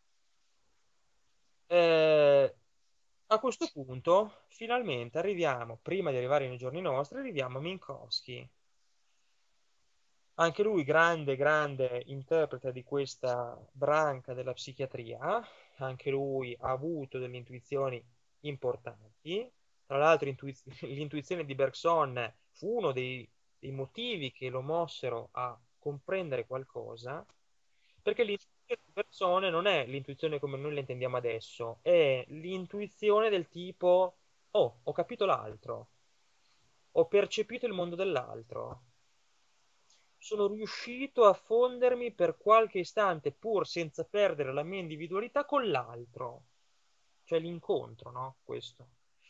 S2: Eh, a questo punto, finalmente arriviamo, prima di arrivare nei giorni nostri, arriviamo a Minkowski. Anche lui grande, grande interprete di questa branca della psichiatria, anche lui ha avuto delle intuizioni importanti. Tra l'altro intuiz- l'intuizione di Bergson fu uno dei, dei motivi che lo mossero a comprendere qualcosa, perché l'intuizione di Bergson non è l'intuizione come noi la intendiamo adesso, è l'intuizione del tipo, oh, ho capito l'altro, ho percepito il mondo dell'altro, sono riuscito a fondermi per qualche istante, pur senza perdere la mia individualità, con l'altro. Cioè l'incontro, no? Questo.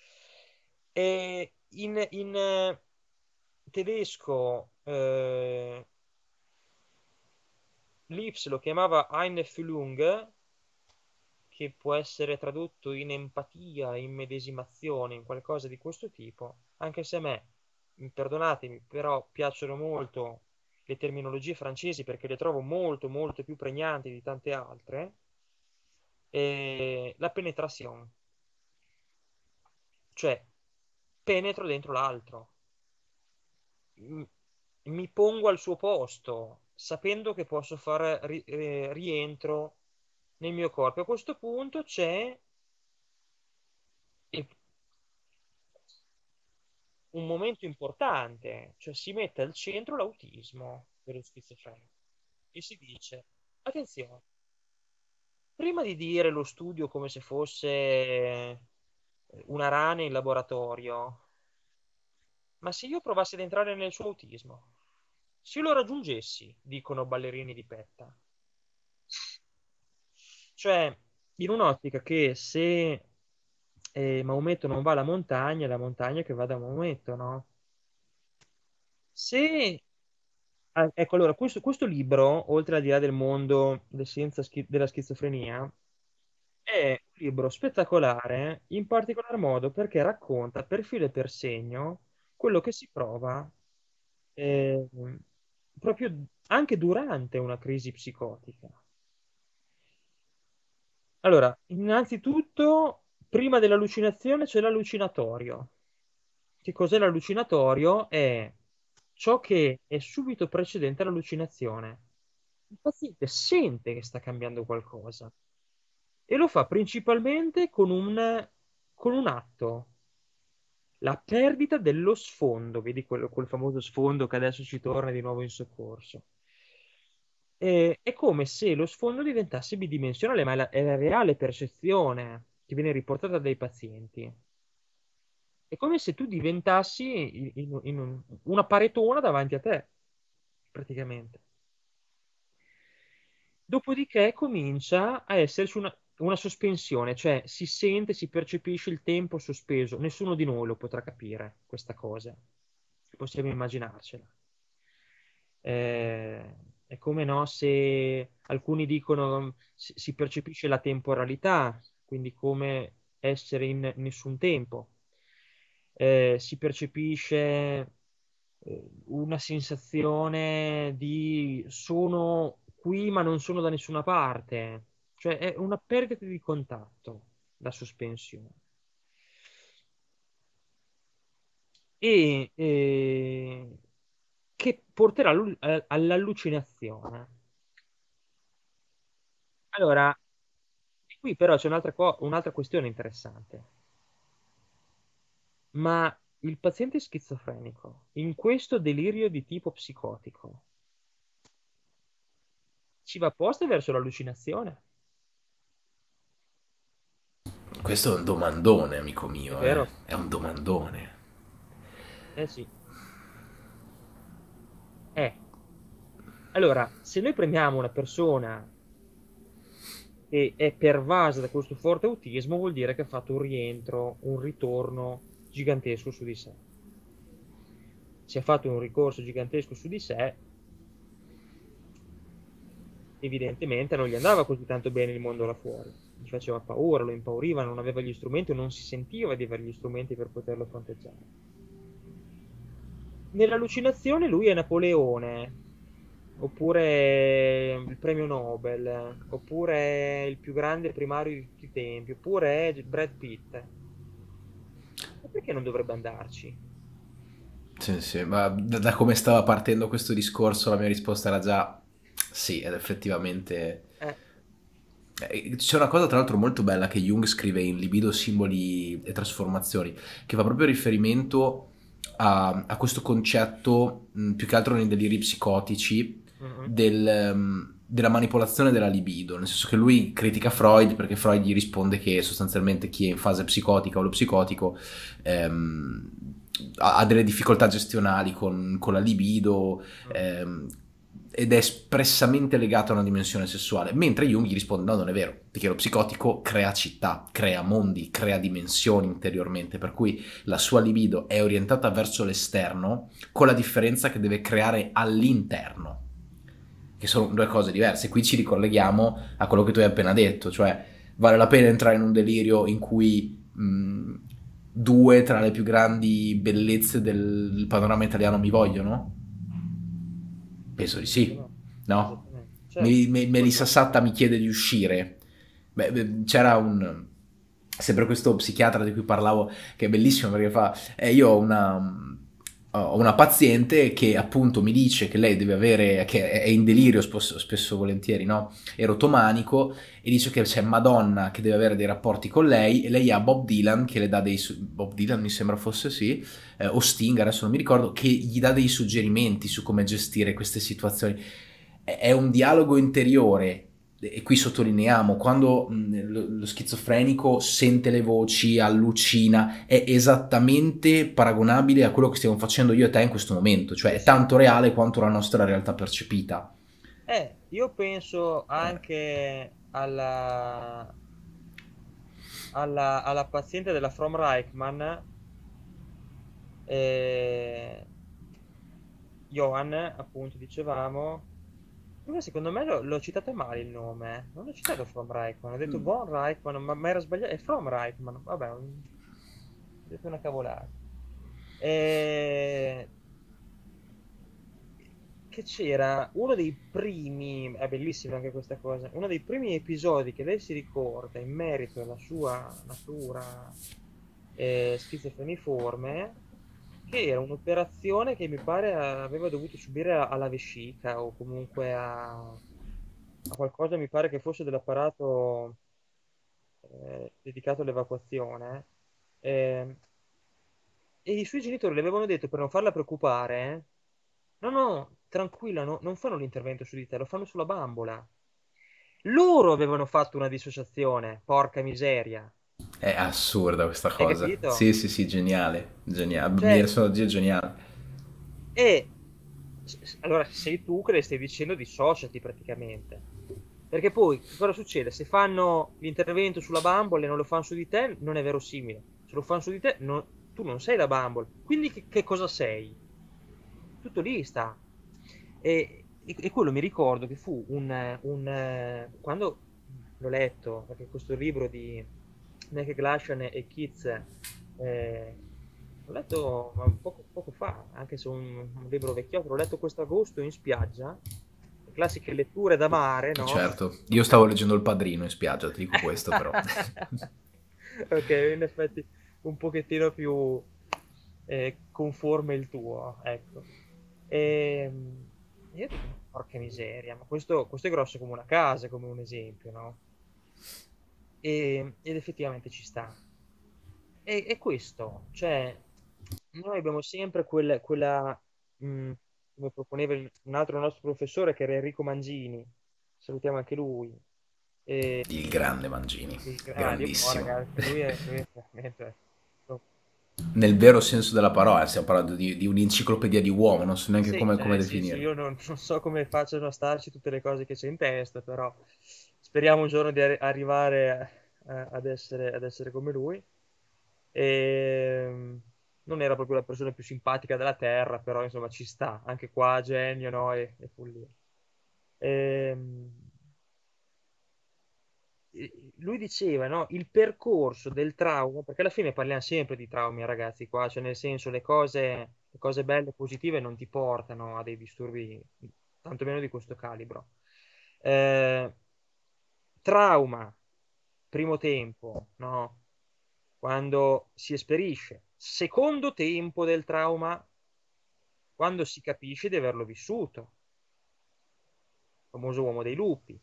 S2: E in, in eh, tedesco eh, Lips lo chiamava Einfühlung, che può essere tradotto in empatia, immedesimazione, in qualcosa di questo tipo, anche se a me, perdonatemi, però piacciono molto le terminologie francesi perché le trovo molto molto più pregnanti di tante altre. E la penetration, cioè penetro dentro l'altro, M- mi pongo al suo posto, sapendo che posso fare ri- eh, rientro nel mio corpo. A questo punto c'è il- un momento importante, cioè si mette al centro l'autismo dello schizofrenico e si dice, attenzione, prima di dire lo studio come se fosse una rana in laboratorio, ma se io provassi ad entrare nel suo autismo, se io lo raggiungessi, dicono ballerini di Petta. Cioè, in un'ottica che se eh, Maometto non va alla montagna, è la montagna che va da Maometto, no? Se... ah, ecco, allora, questo, questo libro, oltre al di là del mondo del senza schi- della schizofrenia, è un libro spettacolare, in particolar modo perché racconta per filo e per segno quello che si prova eh, proprio anche durante una crisi psicotica. Allora, innanzitutto, prima dell'allucinazione c'è l'allucinatorio. Che cos'è l'allucinatorio? È ciò che è subito precedente all'allucinazione. Il paziente sente che sta cambiando qualcosa e lo fa principalmente con un, con un atto, la perdita dello sfondo. Vedi quel, quel famoso sfondo che adesso ci torna di nuovo in soccorso. E- è come se lo sfondo diventasse bidimensionale, ma è la, è la reale percezione che viene riportata dai pazienti. È come se tu diventassi in, in- in un- una paretona davanti a te, praticamente. Dopodiché comincia a esserci una, una sospensione, cioè si sente, si percepisce il tempo sospeso. Nessuno di noi lo potrà capire, questa cosa. Possiamo immaginarcela. Eh, è come no, se alcuni dicono si si percepisce la temporalità, quindi come essere in nessun tempo. Eh, si percepisce eh, una sensazione di sono qui ma non sono da nessuna parte, cioè è una perdita di contatto, la sospensione. E eh, che porterà all'u- eh, all'allucinazione. Allora, qui però c'è un'altra co- un'altra questione interessante. Ma il paziente schizofrenico, in questo delirio di tipo psicotico, ci va apposta verso l'allucinazione?
S1: Questo è un domandone, amico
S2: È
S1: mio, eh.
S2: vero?
S1: È un domandone.
S2: Eh sì. Eh. Allora, se noi prendiamo una persona che è pervasa da questo forte autismo, vuol dire che ha fatto un rientro, un ritorno gigantesco su di sé. Se ha fatto un ricorso gigantesco su di sé, evidentemente non gli andava così tanto bene il mondo là fuori. Gli faceva paura, lo impauriva, non aveva gli strumenti o non si sentiva di avere gli strumenti per poterlo fronteggiare. Nell'allucinazione lui è Napoleone, oppure il premio Nobel, oppure il più grande primario di tutti i tempi, oppure è Brad Pitt. Ma perché non dovrebbe andarci?
S1: Sì, sì, ma da, da come stava partendo questo discorso la mia risposta era già sì, ed effettivamente...
S2: Eh,
S1: Eh, C'è una cosa tra l'altro molto bella che Jung scrive in Libido, simboli e trasformazioni, che fa proprio riferimento a, a questo concetto, mh, più che altro nei deliri psicotici,
S2: mhm.
S1: del, mh, della manipolazione della libido, nel senso che lui critica Freud perché Freud gli risponde che sostanzialmente chi è in fase psicotica o lo psicotico ehm, ha, ha delle difficoltà gestionali con, con la libido,
S2: Mm.
S1: ehm, ed è espressamente legato a una dimensione sessuale, mentre Jung gli risponde no, non è vero, perché lo psicotico crea città, crea mondi, crea dimensioni interiormente, per cui la sua libido è orientata verso l'esterno, con la differenza che deve creare all'interno, che sono due cose diverse. Qui ci ricolleghiamo a quello che tu hai appena detto, cioè vale la pena entrare in un delirio in cui mh, due tra le più grandi bellezze del panorama italiano mi vogliono? Penso di
S2: Perché
S1: sì,
S2: no?
S1: no?
S2: Esattamente.
S1: Me-
S2: Certo,
S1: me- Melissa
S2: assolutamente.
S1: Satta mi chiede di uscire. Beh, beh, c'era un... sempre questo psichiatra di cui parlavo, che è bellissimo perché fa... eh, io ho una... ho una paziente che appunto mi dice che lei deve avere, che è in delirio spesso, spesso volentieri, no? Erotomanico, e dice che c'è Madonna che deve avere dei rapporti con lei e lei ha Bob Dylan che le dà dei... su- Bob Dylan mi sembra fosse sì, eh, o Sting, adesso non mi ricordo, che gli dà dei suggerimenti su come gestire queste situazioni. È è un dialogo interiore e qui sottolineiamo, quando mh, lo, lo schizofrenico sente le voci, allucina, è esattamente paragonabile a quello che stiamo facendo io e te in questo momento, cioè
S2: Sì,
S1: è
S2: sì.
S1: tanto reale quanto la nostra realtà percepita.
S2: Eh, io penso
S1: Eh,
S2: anche alla, alla, alla paziente della From Reichmann, eh, Johan, appunto, dicevamo. Prima secondo me l'ho l'ho citato male il nome, eh. Non l'ho citato From Reichmann, ho detto Von Reichmann, ma, ma era sbagliato, è From Reichmann, vabbè, ho detto una cavolata. E... che c'era uno dei primi, è bellissima anche questa cosa, uno dei primi episodi che lei si ricorda in merito alla sua natura eh, schizofreniforme, che era un'operazione che mi pare aveva dovuto subire a- alla vescica o comunque a, a qualcosa, mi pare che fosse dell'apparato eh, dedicato all'evacuazione. Eh, e i suoi genitori le avevano detto per non farla preoccupare, eh, no, no, tranquilla, no- non fanno l'intervento su di te, lo fanno sulla bambola. Loro avevano fatto una dissociazione, porca miseria.
S1: è assurda questa
S2: Hai
S1: cosa.
S2: capito?
S1: Sì, sì, sì, geniale, geniale. Mi
S2: Cioè,
S1: adesso oggi è geniale.
S2: e s- s- allora sei tu che le stai dicendo dissociati praticamente. Perché poi che cosa succede? Se fanno l'intervento sulla bambola e non lo fanno su di te, non è verosimile. Se lo fanno su di te, non- tu non sei la bambola. Quindi che, che cosa sei? Tutto lì sta. E, e- e quello mi ricordo che fu un, un, eh, quando l'ho letto, perché questo libro di Nick Glasshan e Kids, eh, l'ho letto ma poco, poco fa, anche se è un, un libro vecchiotto, l'ho letto quest'agosto in spiaggia, le classiche letture da mare, no?
S1: Certo, io stavo leggendo Il Padrino in spiaggia, ti dico questo però.
S2: Ok, in effetti un pochettino più eh, conforme il tuo, ecco. E io dico, ma porca miseria, ma questo, questo è grosso come una casa, come un esempio, no? E- ed effettivamente ci sta. E, e questo, cioè, noi abbiamo sempre quel- quella, mh, come proponeva il- un altro nostro professore che era Enrico Mangini, salutiamo anche lui. E,
S1: Il grande Mangini,
S2: il- ah, Dio buono,
S1: grandissimo.
S2: ragazzi, lui è, lui è veramente...
S1: Nel vero senso della parola, stiamo parlando di, di un'enciclopedia di uomo, non so neanche
S2: Sì,
S1: come, come
S2: cioè, sì, sì,
S1: definirlo.
S2: io non, non so come facciano a starci tutte le cose che c'è in testa, però speriamo un giorno di arri- arrivare a- ad essere, ad essere come lui. E, non era proprio la persona più simpatica della Terra, però insomma ci sta, anche qua genio, no? E, e follia. Ehm, eh, lui diceva, no, il percorso del trauma, perché alla fine parliamo sempre di traumi, ragazzi, qua, cioè nel senso le cose, le cose belle e positive non ti portano a dei disturbi, tantomeno di questo calibro. Eh, trauma, primo tempo, no? Quando si esperisce. Secondo tempo del trauma, quando si capisce di averlo vissuto, il famoso uomo dei lupi.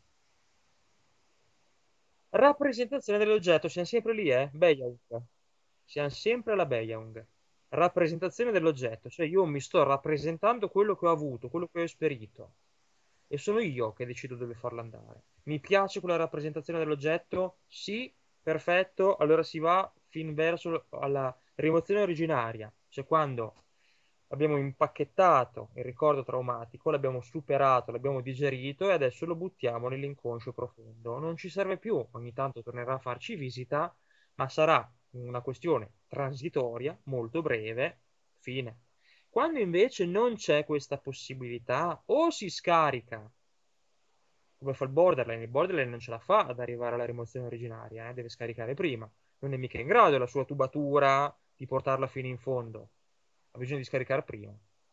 S2: Rappresentazione dell'oggetto, siamo sempre lì, eh? Beyoung. Siamo sempre alla Beyoung. Rappresentazione dell'oggetto, cioè io mi sto rappresentando quello che ho avuto, quello che ho esperito. E sono io che decido dove farlo andare. Mi piace quella rappresentazione dell'oggetto? Sì, perfetto. Allora si va fin verso la rimozione originaria, cioè quando abbiamo impacchettato il ricordo traumatico, l'abbiamo superato, l'abbiamo digerito e adesso lo buttiamo nell'inconscio profondo. Non ci serve più, ogni tanto tornerà a farci visita, ma sarà una questione transitoria, molto breve, fine. Quando invece non c'è questa possibilità, o si scarica, come fa il borderline, il borderline non ce la fa ad arrivare alla rimozione originaria, eh, deve scaricare prima. Non è mica in grado la sua tubatura di portarla fino in fondo. Ha bisogno di scaricare prima.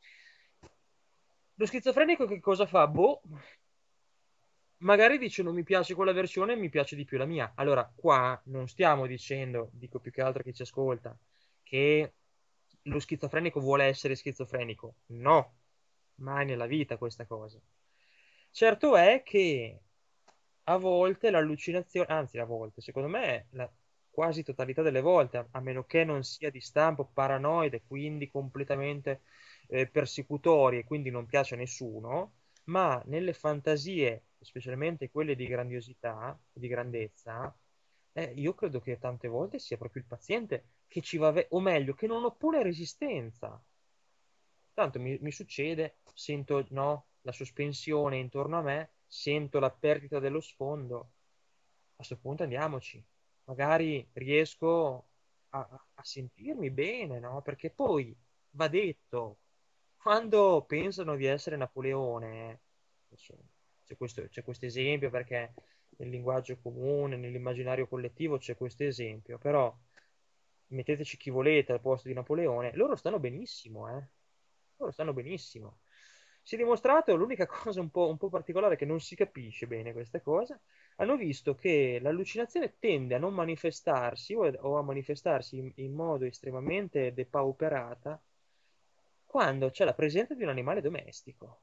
S2: Lo schizofrenico che cosa fa? Boh, magari dice non mi piace quella versione, mi piace di più la mia. Allora, qua non stiamo dicendo, dico più che altro a chi ci ascolta, che lo schizofrenico vuole essere schizofrenico. No, mai nella vita questa cosa. Certo è che a volte l'allucinazione, anzi a volte, secondo me la quasi totalità delle volte, a, a meno che non sia di stampo paranoide, quindi completamente eh, persecutorie, quindi non piace a nessuno, ma nelle fantasie specialmente quelle di grandiosità, di grandezza, eh, io credo che tante volte sia proprio il paziente che ci va, ve- o meglio, che non oppone resistenza. Tanto mi, mi succede, sento no, la sospensione intorno a me, sento la perdita dello sfondo. A questo punto andiamoci. Magari riesco a, a- a sentirmi bene, no? Perché poi va detto, quando pensano di essere Napoleone, adesso c'è questo, c'è questo esempio perché nel linguaggio comune, nell'immaginario collettivo c'è questo esempio, però metteteci chi volete al posto di Napoleone, loro stanno benissimo, eh. Loro stanno benissimo. Si è dimostrato, l'unica cosa un po', un po' particolare che non si capisce bene questa cosa, hanno visto che l'allucinazione tende a non manifestarsi o, o a manifestarsi in, in modo estremamente depauperata quando c'è la presenza di un animale domestico.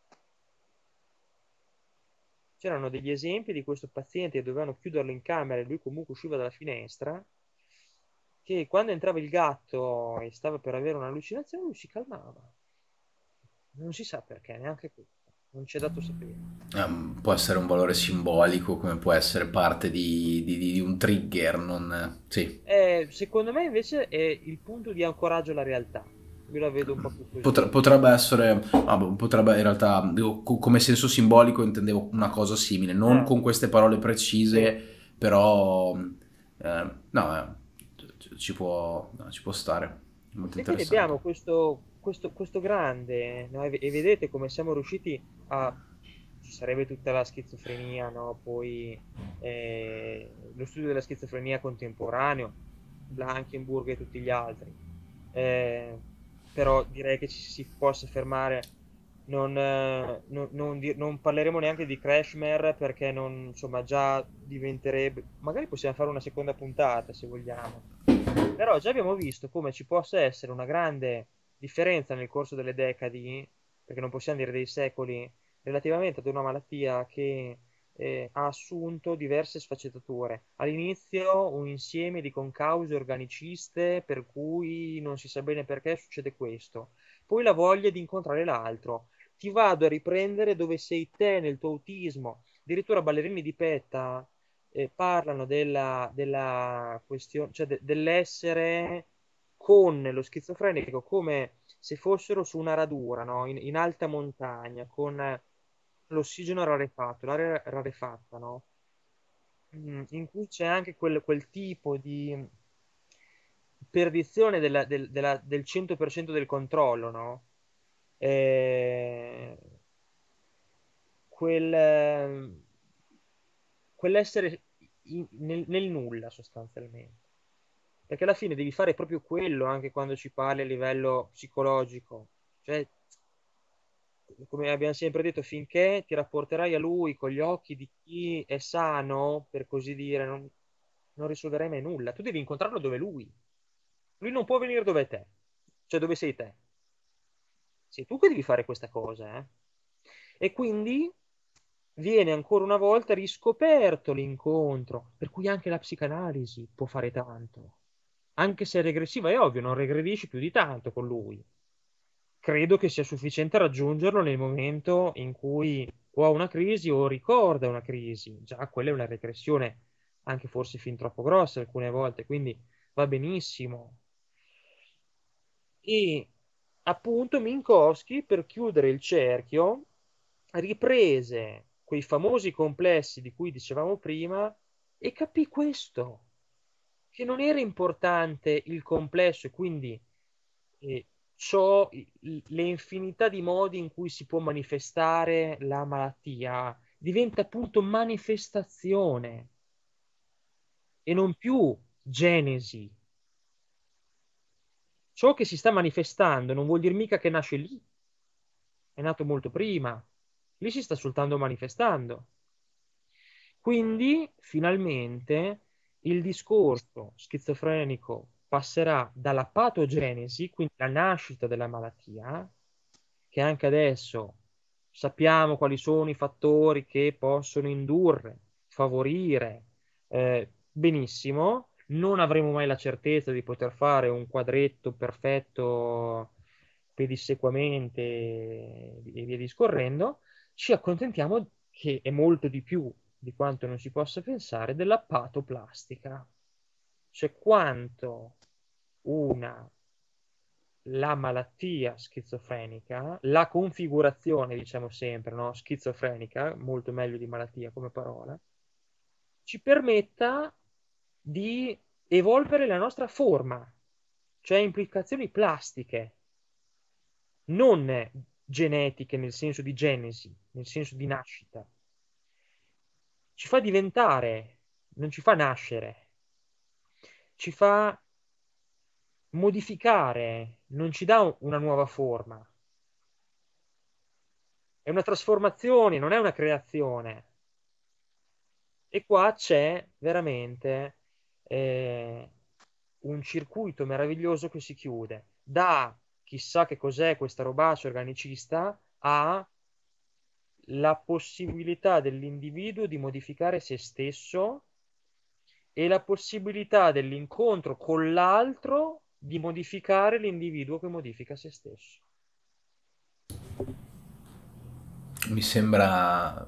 S2: C'erano degli esempi di questo paziente che dovevano chiuderlo in camera e lui comunque usciva dalla finestra, che quando entrava il gatto e stava per avere un'allucinazione, lui si calmava. Non si sa perché, neanche questo. Non c'è dato sapere.
S1: Ehm, può essere un valore simbolico, come può essere parte di, di- di un trigger, non... Sì.
S2: Eh, secondo me invece è il punto di ancoraggio alla realtà. Io la vedo un po' più così.
S1: Potre- potrebbe essere, ah, boh, potrebbe in realtà, dico, co- come senso simbolico intendevo una cosa simile, non
S2: Ah,
S1: con queste parole
S2: sì.
S1: precise, però eh, no, eh, ci può, no, ci può stare, molto
S2: E quindi
S1: interessante.
S2: abbiamo questo, questo, questo grande, no? E, e vedete come siamo riusciti a... Ci sarebbe tutta la schizofrenia, no? Poi eh, lo studio della schizofrenia contemporaneo, Blankenburg e tutti gli altri. Eh, però direi che ci si possa fermare. Non, eh, non- non di- non parleremo neanche di Crashmare perché non, insomma, già diventerebbe... Magari possiamo fare una seconda puntata se vogliamo. Però già abbiamo visto come ci possa essere una grande differenza nel corso delle decadi, perché non possiamo dire dei secoli, relativamente ad una malattia che eh, ha assunto diverse sfaccettature. All'inizio un insieme di concause organiciste per cui non si sa bene perché succede questo. Poi la voglia di incontrare l'altro. Ti vado a riprendere dove sei te nel tuo autismo. Addirittura ballerini di petta eh, parlano della, della questione, cioè de- dell'essere con lo schizofrenico come se fossero su una radura, no? In, in alta montagna, con l'ossigeno rarefatto, l'aria rarefatta, no? Mm, in cui c'è anche quel, quel tipo di perdizione della- del, della- del cento per cento del controllo, no? Eh, quel, ehm, quell'essere in- nel, nel nulla sostanzialmente. Perché alla fine devi fare proprio quello anche quando ci parli a livello psicologico. Cioè, come abbiamo sempre detto, finché ti rapporterai a lui con gli occhi di chi è sano, per così dire, non, non risolverai mai nulla. Tu devi incontrarlo dove è lui. Lui non può venire dove è te, cioè dove sei te. Sei tu che devi fare questa cosa, eh? E quindi viene ancora una volta riscoperto l'incontro, per cui anche la psicanalisi può fare tanto. Anche se è regressiva, è ovvio, non regredisci più di tanto con lui. Credo che sia sufficiente raggiungerlo nel momento in cui o ha una crisi o ricorda una crisi. Già quella è una regressione, anche forse fin troppo grossa alcune volte, quindi va benissimo. E appunto Minkowski, per chiudere il cerchio, riprese quei famosi complessi di cui dicevamo prima e capì questo, che non era importante il complesso e quindi eh, ciò, i- le infinità di modi in cui si può manifestare la malattia, diventa appunto manifestazione e non più genesi. Ciò che si sta manifestando non vuol dire mica che nasce lì, è nato molto prima, lì si sta soltanto manifestando. Quindi, finalmente, il discorso schizofrenico passerà dalla patogenesi, quindi la nascita della malattia, che anche adesso sappiamo quali sono i fattori che possono indurre, favorire, eh, benissimo, non avremo mai la certezza di poter fare un quadretto perfetto pedissequamente e via discorrendo, ci accontentiamo che è molto di più di quanto non si possa pensare, della patoplastica. Cioè quanto una, la malattia schizofrenica, la configurazione, diciamo sempre, no? Schizofrenica, molto meglio di malattia come parola, ci permetta di evolvere la nostra forma, cioè implicazioni plastiche, non genetiche nel senso di genesi, nel senso di nascita. Ci fa diventare, non ci fa nascere, ci fa modificare, non ci dà una nuova forma. È una trasformazione, non è una creazione. E qua c'è veramente eh, un circuito meraviglioso che si chiude. Da chissà che cos'è questa robaccia organicista a la possibilità dell'individuo di modificare se stesso e la possibilità dell'incontro con l'altro di modificare l'individuo che modifica se stesso.
S1: Mi sembra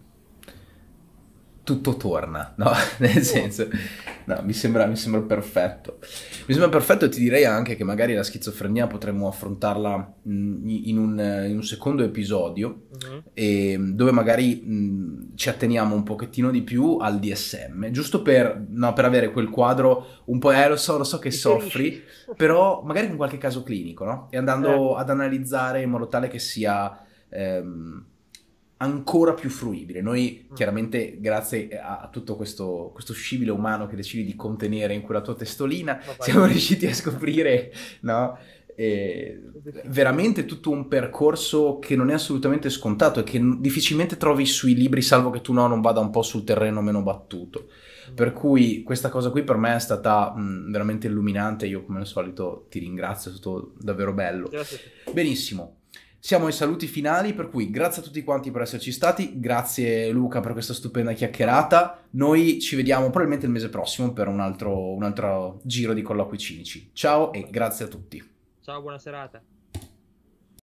S1: tutto torna, no? Nel senso, no, mi sembra, mi sembra perfetto. Mi sembra perfetto e ti direi anche che magari la schizofrenia potremmo affrontarla mh, in, un, in un secondo episodio, uh-huh. e, dove magari mh, ci atteniamo un pochettino di più al D S M, giusto per, no, per avere quel quadro un po', eh lo so, lo so che soffri, però magari con qualche caso clinico, no? E andando eh. ad analizzare in modo tale che sia... Ehm, ancora più fruibile. Noi chiaramente grazie a tutto questo, questo scibile umano che decidi di contenere in quella tua testolina siamo riusciti a scoprire, no? E veramente tutto un percorso che non è assolutamente scontato e che difficilmente trovi sui libri, salvo che tu no, non vada un po' sul terreno meno battuto. Per cui questa cosa qui per me è stata mh, veramente illuminante. Io come al solito ti ringrazio, è stato davvero bello. Benissimo. Siamo ai saluti finali, per cui grazie a tutti quanti per esserci stati, grazie Luca per questa stupenda chiacchierata, noi ci vediamo probabilmente il mese prossimo per un altro, un altro giro di colloqui cinici. Ciao e grazie a tutti.
S2: Ciao, buona serata.